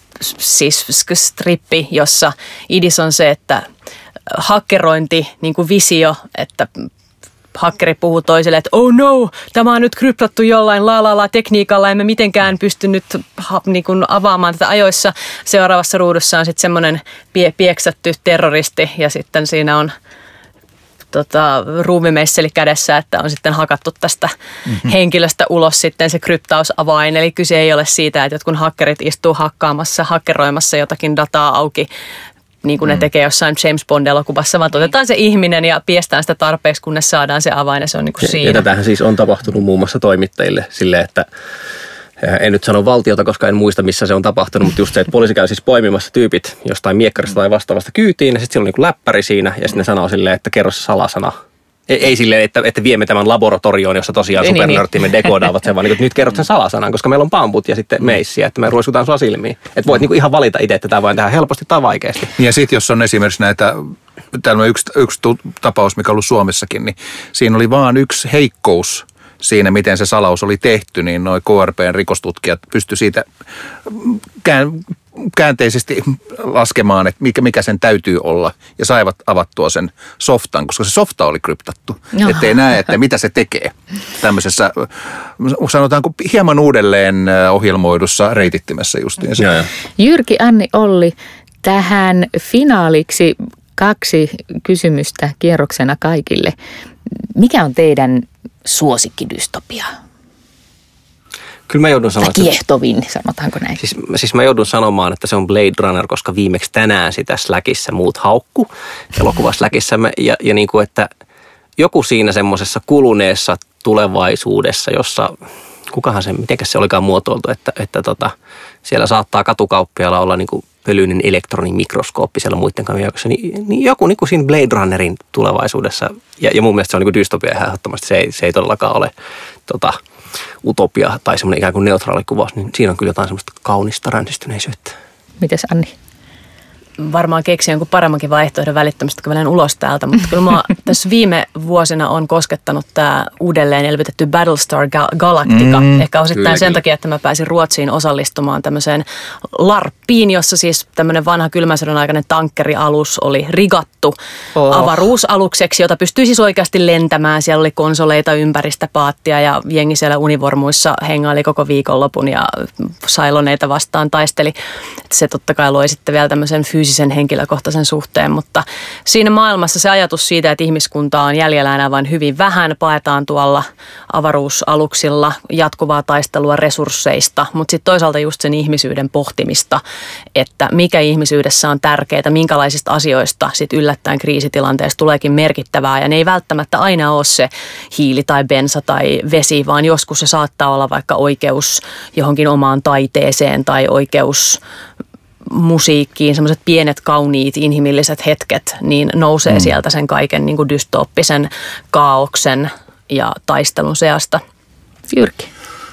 siis strippi, jossa idis on se, että hakkerointi, niin kuin visio, että hakkeri puhuu toiselle, että oh no, tämä on nyt kryptattu jollain la la la tekniikalla, emme mitenkään pysty nyt ha, niin kuin avaamaan tätä ajoissa. Seuraavassa ruudussa on sitten semmoinen pie, pieksätty terroristi ja sitten siinä on tota, ruumimeisseli kädessä, että on sitten hakattu tästä mm-hmm. henkilöstä ulos sitten se kryptausavain. Eli kyse ei ole siitä, että jotkut hakkerit istuu hakkaamassa, hakkeroimassa jotakin dataa auki, niin kuin ne tekee jossain James Bond-elokuvassa, vaan otetaan se ihminen ja piestään sitä tarpeeksi, kunnes saadaan se avain ja se on niin kuin siinä. Ja tätähän siis on tapahtunut muun muassa toimittajille silleen, että en nyt sano valtiota, koska en muista, missä se on tapahtunut, mutta just se, että poliisi käy siis poimimassa tyypit jostain miekkarista tai vastaavasta kyytiin ja sitten siellä on niin kuin läppäri siinä ja sitten ne sanoo silleen, että kerro se salasana. Ei, ei silleen, että, että viemme tämän laboratorioon, jossa tosiaan supernörttimme dekodaavat sen, vaan niin, että nyt kerrot sen salasanan, koska meillä on pamput ja sitten meissiä, että me ruiskutaan sua silmiin. Että voit niin ihan valita itse, että tämä voi tehdä helposti tai vaikeasti. Ja sitten jos on esimerkiksi näitä, täällä on yksi, yksi tapaus, mikä on ollut Suomessakin, niin siinä oli vaan yksi heikkous siinä, miten se salaus oli tehty, niin noi K R P:n rikostutkijat pysty siitä kään, käänteisesti laskemaan, että mikä, mikä sen täytyy olla, ja saivat avattua sen softan, koska se softa oli kryptattu. Että ei näe, että mitä se tekee tämmöisessä, sanotaanko hieman uudelleen ohjelmoidussa reitittimessä justiinsa. Ja, ja. Jyrki, Anni, Olli, tähän finaaliksi kaksi kysymystä kierroksena kaikille. Mikä on teidän suosikkidystopia? Kyllä mä joudun sanomaan, tai kiehtovin, sanotaanko näin? Siis, siis mä joudun sanomaan, että se on Blade Runner, koska viimeksi tänään sitä Slackissa muut haukku, elokuvassa Slackissämme, ja, ja niin kuin, että joku siinä semmoisessa kuluneessa tulevaisuudessa, jossa, kukahan se, mitenkäs se olikaan muotoiltu, että, että tota, siellä saattaa katukauppialla olla niin kuin pölyinen elektronimikroskooppi siellä muiden kanssa, niin, niin joku niin kuin siinä Blade Runnerin tulevaisuudessa, ja, ja mun mielestä se on niin kuin dystopia ihan ehdottomasti, se ei, se ei todellakaan ole tota, utopia tai semmoinen ikään kuin neutraali kuvaus, niin siinä on kyllä jotain semmoista kaunista ränsistyneisyyttä. Mites Anni? Varmaan keksin jonkun paremmankin vaihtoehdon välittömästi, kun mä lähden ulos täältä, mutta kyllä mä tässä viime vuosina on koskettanut tämä uudelleen elvytetty Battlestar Galactica. Mm, Ehkä osittain kyllä, sen kyllä. takia, että mä pääsin Ruotsiin osallistumaan tämmöiseen larppiin, jossa siis tämmöinen vanha kylmän sodan aikainen tankkerialus oli rigattu oh. avaruusalukseksi, jota pystyi siis oikeasti lentämään. Siellä oli konsoleita ympäristä paattia ja jengi siellä univormuissa hengaili koko viikonlopun ja sailoneita vastaan taisteli. Se totta kai loi sitten vielä tämmöisen fyysisen henkilökohtaisen suhteen, mutta siinä maailmassa se ajatus siitä, että ihmiskuntaa on jäljellä enää vain hyvin vähän, paetaan tuolla avaruusaluksilla jatkuvaa taistelua resursseista, mutta sitten toisaalta just sen ihmisyyden pohtimista, että mikä ihmisyydessä on tärkeää, minkälaisista asioista sitten yllättäen kriisitilanteessa tuleekin merkittävää, ja ne ei välttämättä aina ole se hiili tai bensa tai vesi, vaan joskus se saattaa olla vaikka oikeus johonkin omaan taiteeseen tai oikeus musiikkiin, semmoiset pienet, kauniit, inhimilliset hetket, niin nousee mm. sieltä sen kaiken niin kuin dystooppisen kaaoksen ja taistelun seasta. Jyrki.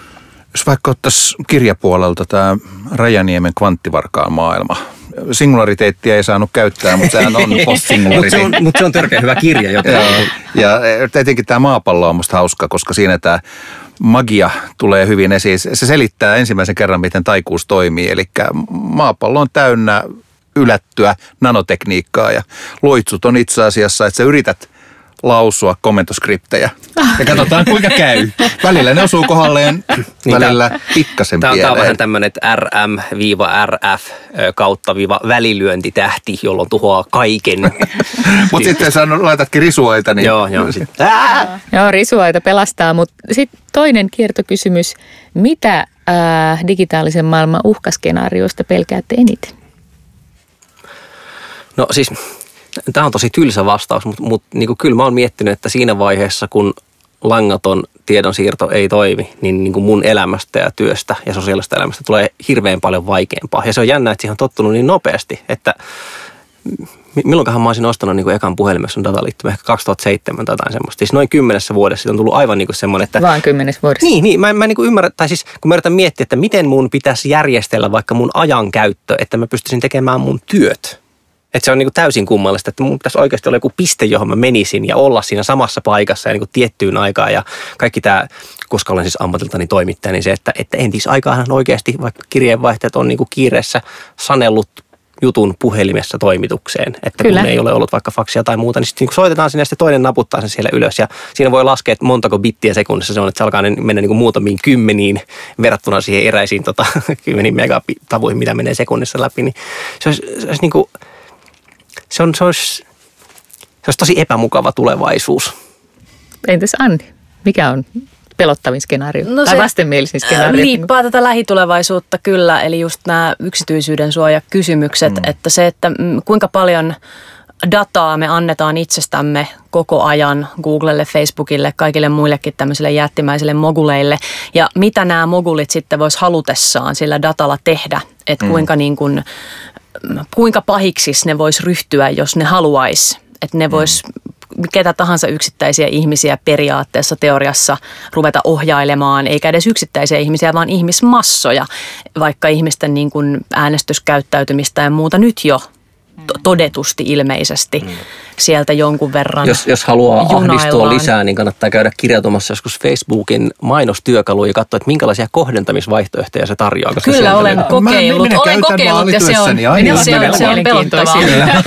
Jos vaikka ottaisi kirjapuolelta tämä Rajaniemen Kvanttivarkaan maailma. Singulariteettia ei saanut käyttää, mutta sehän on post-singulariteetti. Mutta se, mutta se on törkeä hyvä kirja. Joka... ja etenkin tämä maapallo on musta hauska, koska siinä tämä magia tulee hyvin esiin. Se selittää ensimmäisen kerran, miten taikuus toimii. Eli maapallo on täynnä ylättyä nanotekniikkaa ja loitsut on itse asiassa, että sä yrität lausua komentoskriptejä. Ja katsotaan kuinka käy. Välillä ne osuu kohdalleen, välillä niin pikkasen pieleen. Tämä on vähän tämmöinen, että R M-R F kautta viiva välilyöntitähti, jolloin tuhoaa kaiken. Mutta sitten sä laitatkin risuaita. Niin... Joo, joo. Sit. Joo, risuaita pelastaa, mutta sitten toinen kiertokysymys. Mitä äh, digitaalisen maailman uhkaskenaarioista pelkäätte eniten? No siis... Tämä on tosi tylsä vastaus, mutta, mutta niin kuin kyllä mä oon miettinyt, että siinä vaiheessa, kun langaton tiedonsiirto ei toimi, niin, niin kuin mun elämästä ja työstä ja sosiaalista elämästä tulee hirveän paljon vaikeampaa. Ja se on jännä, että siihen on tottunut niin nopeasti, että milloinkahan mä olisin ostanut niin kuin ekan puhelimessa dataliittymä, ehkä kaksituhattaseitsemän tai jotain semmoista. Siis noin kymmenessä vuodessa siitä on tullut aivan niin kuin semmoinen, että... Vaan kymmenessä vuodessa. Niin, niin mä, mä niin kuin ymmärrän, tai siis kun mä yritän miettiä, että miten mun pitäisi järjestellä vaikka mun ajankäyttö, että mä pystyisin tekemään mun työt. Että se on niinku täysin kummallista, että mun pitäisi oikeasti olla joku piste, johon mä menisin ja olla siinä samassa paikassa ja niinku tiettyyn aikaan. Ja kaikki tämä, koska olen siis ammatiltani toimittaja, niin se, että, että entisaikaan oikeasti, vaikka kirjeenvaihtajat on niinku kiireessä sanellut jutun puhelimessa toimitukseen. Että Kyllä. kun ei ole ollut vaikka faksia tai muuta, niin sitten niinku soitetaan sinne ja sitten toinen naputtaa sen siellä ylös. Ja siinä voi laskea, että montako bittiä sekunnissa se on, että se alkaa mennä niinku muutamiin kymmeniin verrattuna siihen eräisiin tota, kymmeniin megatavuihin, mitä menee sekunnissa läpi. Niin se olisi, se olisi niinku... Se, on, se, olisi, se olisi tosi epämukava tulevaisuus. Entäs Anni? Mikä on pelottavin skenaario? No tai vastenmielisin skenaario? Liippaa tätä lähitulevaisuutta kyllä, eli just nämä yksityisyyden suojakysymykset, mm. että se, että kuinka paljon dataa me annetaan itsestämme koko ajan Googlelle, Facebookille, kaikille muillekin tämmöisille jättimäisille moguleille. Ja mitä nämä mogulit sitten vois halutessaan sillä datalla tehdä, että mm. kuinka niin kuin... kuinka pahiksis ne vois ryhtyä, jos ne haluaisi. Että ne vois ketä tahansa yksittäisiä ihmisiä periaatteessa teoriassa ruveta ohjailemaan, eikä edes yksittäisiä ihmisiä, vaan ihmismassoja, vaikka ihmisten niin kuin äänestyskäyttäytymistä ja muuta nyt jo todetusti ilmeisesti sieltä jonkun verran Jos, jos haluaa junaillaan. ahdistua lisää, niin kannattaa käydä kirjautumassa joskus Facebookin mainostyökaluun ja katsoa, että minkälaisia kohdentamisvaihtoehtoja se tarjoaa. Koska Kyllä olen löytyy. kokeillut, Minä olen kokeillut ja se on, aina se on, se on pelottavaa.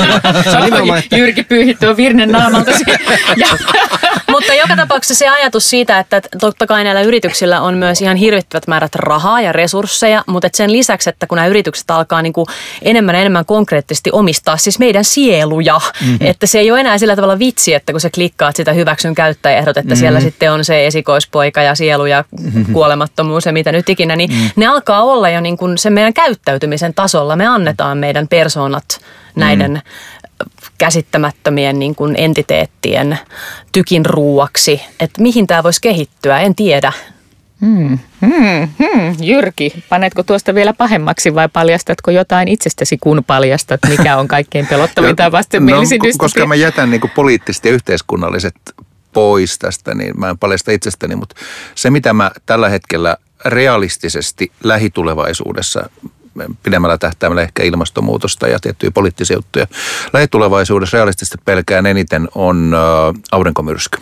Jyrki pyyhi tuo Virnen naamalta. Ja Mutta joka tapauksessa se ajatus siitä, että totta kai näillä yrityksillä on myös ihan hirvittävät määrät rahaa ja resursseja, mutta et sen lisäksi, että kun nämä yritykset alkaa niinku enemmän ja enemmän konkreettisesti omistaa siis meidän sieluja, mm-hmm. että se ei ole enää sillä tavalla vitsi, että kun sä klikkaat sitä hyväksyn käyttäjäehdot, että mm-hmm. siellä sitten on se esikoispoika ja sielu ja mm-hmm. kuolemattomuus ja mitä nyt ikinä, niin mm-hmm. ne alkaa olla jo niin kuin sen meidän käyttäytymisen tasolla. Me annetaan meidän persoonat näiden mm-hmm. käsittämättömien niin kuin entiteettien tykin ruuaksi. Että mihin tämä voisi kehittyä, en tiedä. Hmm, hmm, hmm. Jyrki, panetko tuosta vielä pahemmaksi vai paljastatko jotain itsestäsi, kun paljastat, mikä on kaikkein pelottavin tai vastenmielisin no, koska mä jätän niin kuin poliittiset ja yhteiskunnalliset pois tästä, niin mä en paljasta itsestäni, mutta se mitä mä tällä hetkellä realistisesti lähitulevaisuudessa pidemmällä tähtäimellä ehkä ilmastonmuutosta ja tiettyjä poliittisia juttuja. Lähitulevaisuudessa realistisesti pelkään eniten on ä, aurinkomyrsky.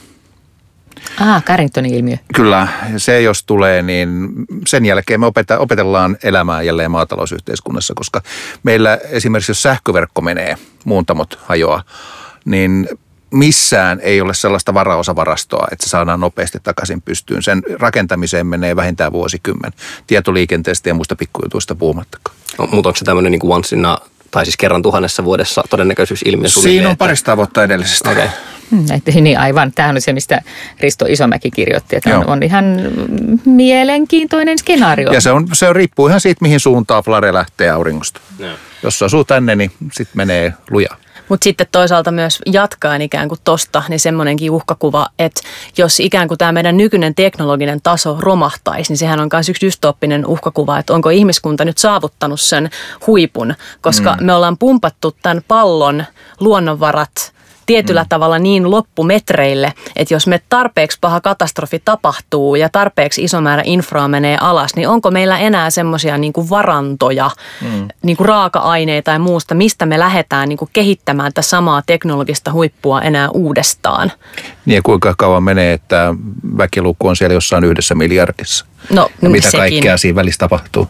Ah, Carringtonin ilmiö. Kyllä, se jos tulee, niin sen jälkeen me opeta, opetellaan elämään jälleen maatalousyhteiskunnassa, koska meillä esimerkiksi jos sähköverkko menee, muuntamot hajoaa, niin missään ei ole sellaista varaosavarastoa, että se saadaan nopeasti takaisin pystyyn. Sen rakentamiseen menee vähintään vuosikymmen. Tietoliikenteestä ja muista pikkujutuista puhumattakaan. No, mutta onko se tämmöinen niin kuin once in a, tai siis kerran tuhannessa vuodessa todennäköisyysilmiö? Siinä on parista vuotta edellisestä. Okay. Hmm, niin aivan. Tämähän on se, mistä Risto Isomäki kirjoitti, että on, on ihan mielenkiintoinen skenaario. Ja se, on, se on, riippuu ihan siitä, mihin suuntaan flare lähtee auringosta. No. Jos se asuu tänne, niin sitten menee lujaa. Mutta sitten toisaalta myös jatkaen ikään kuin tosta, niin semmoinenkin uhkakuva, että jos ikään kuin tämä meidän nykyinen teknologinen taso romahtaisi, niin sehän on myös yksi dystooppinen uhkakuva, että onko ihmiskunta nyt saavuttanut sen huipun, koska mm. me ollaan pumpattu tämän pallon luonnonvarat tietyllä mm. tavalla niin loppumetreille, että jos me tarpeeksi paha katastrofi tapahtuu ja tarpeeksi iso määrä infraa menee alas, niin onko meillä enää semmoisia niin kuin varantoja, mm. niin kuin raaka-aineita ja muusta, mistä me lähdetään niin kuin kehittämään tätä samaa teknologista huippua enää uudestaan? Niin ja kuinka kauan menee, että väkiluku on siellä jossain yhdessä miljardissa? No, ja mitä sekin. kaikkea siinä välissä tapahtuu?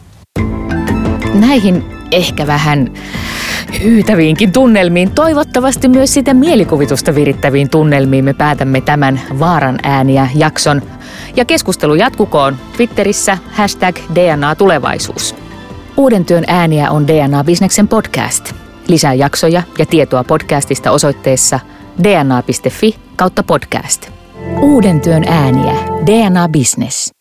Näihin ehkä vähän hyytäviinkin tunnelmiin, toivottavasti myös sitä mielikuvitusta virittäviin tunnelmiin me päätämme tämän Vaaran ääniä jakson. Ja keskustelu jatkukoon Twitterissä hashtag D N A tulevaisuus. Uuden työn ääniä on D N A-bisneksen podcast. Lisää jaksoja ja tietoa podcastista osoitteessa dna piste fi kautta podcast. Uuden työn ääniä. D N A Business.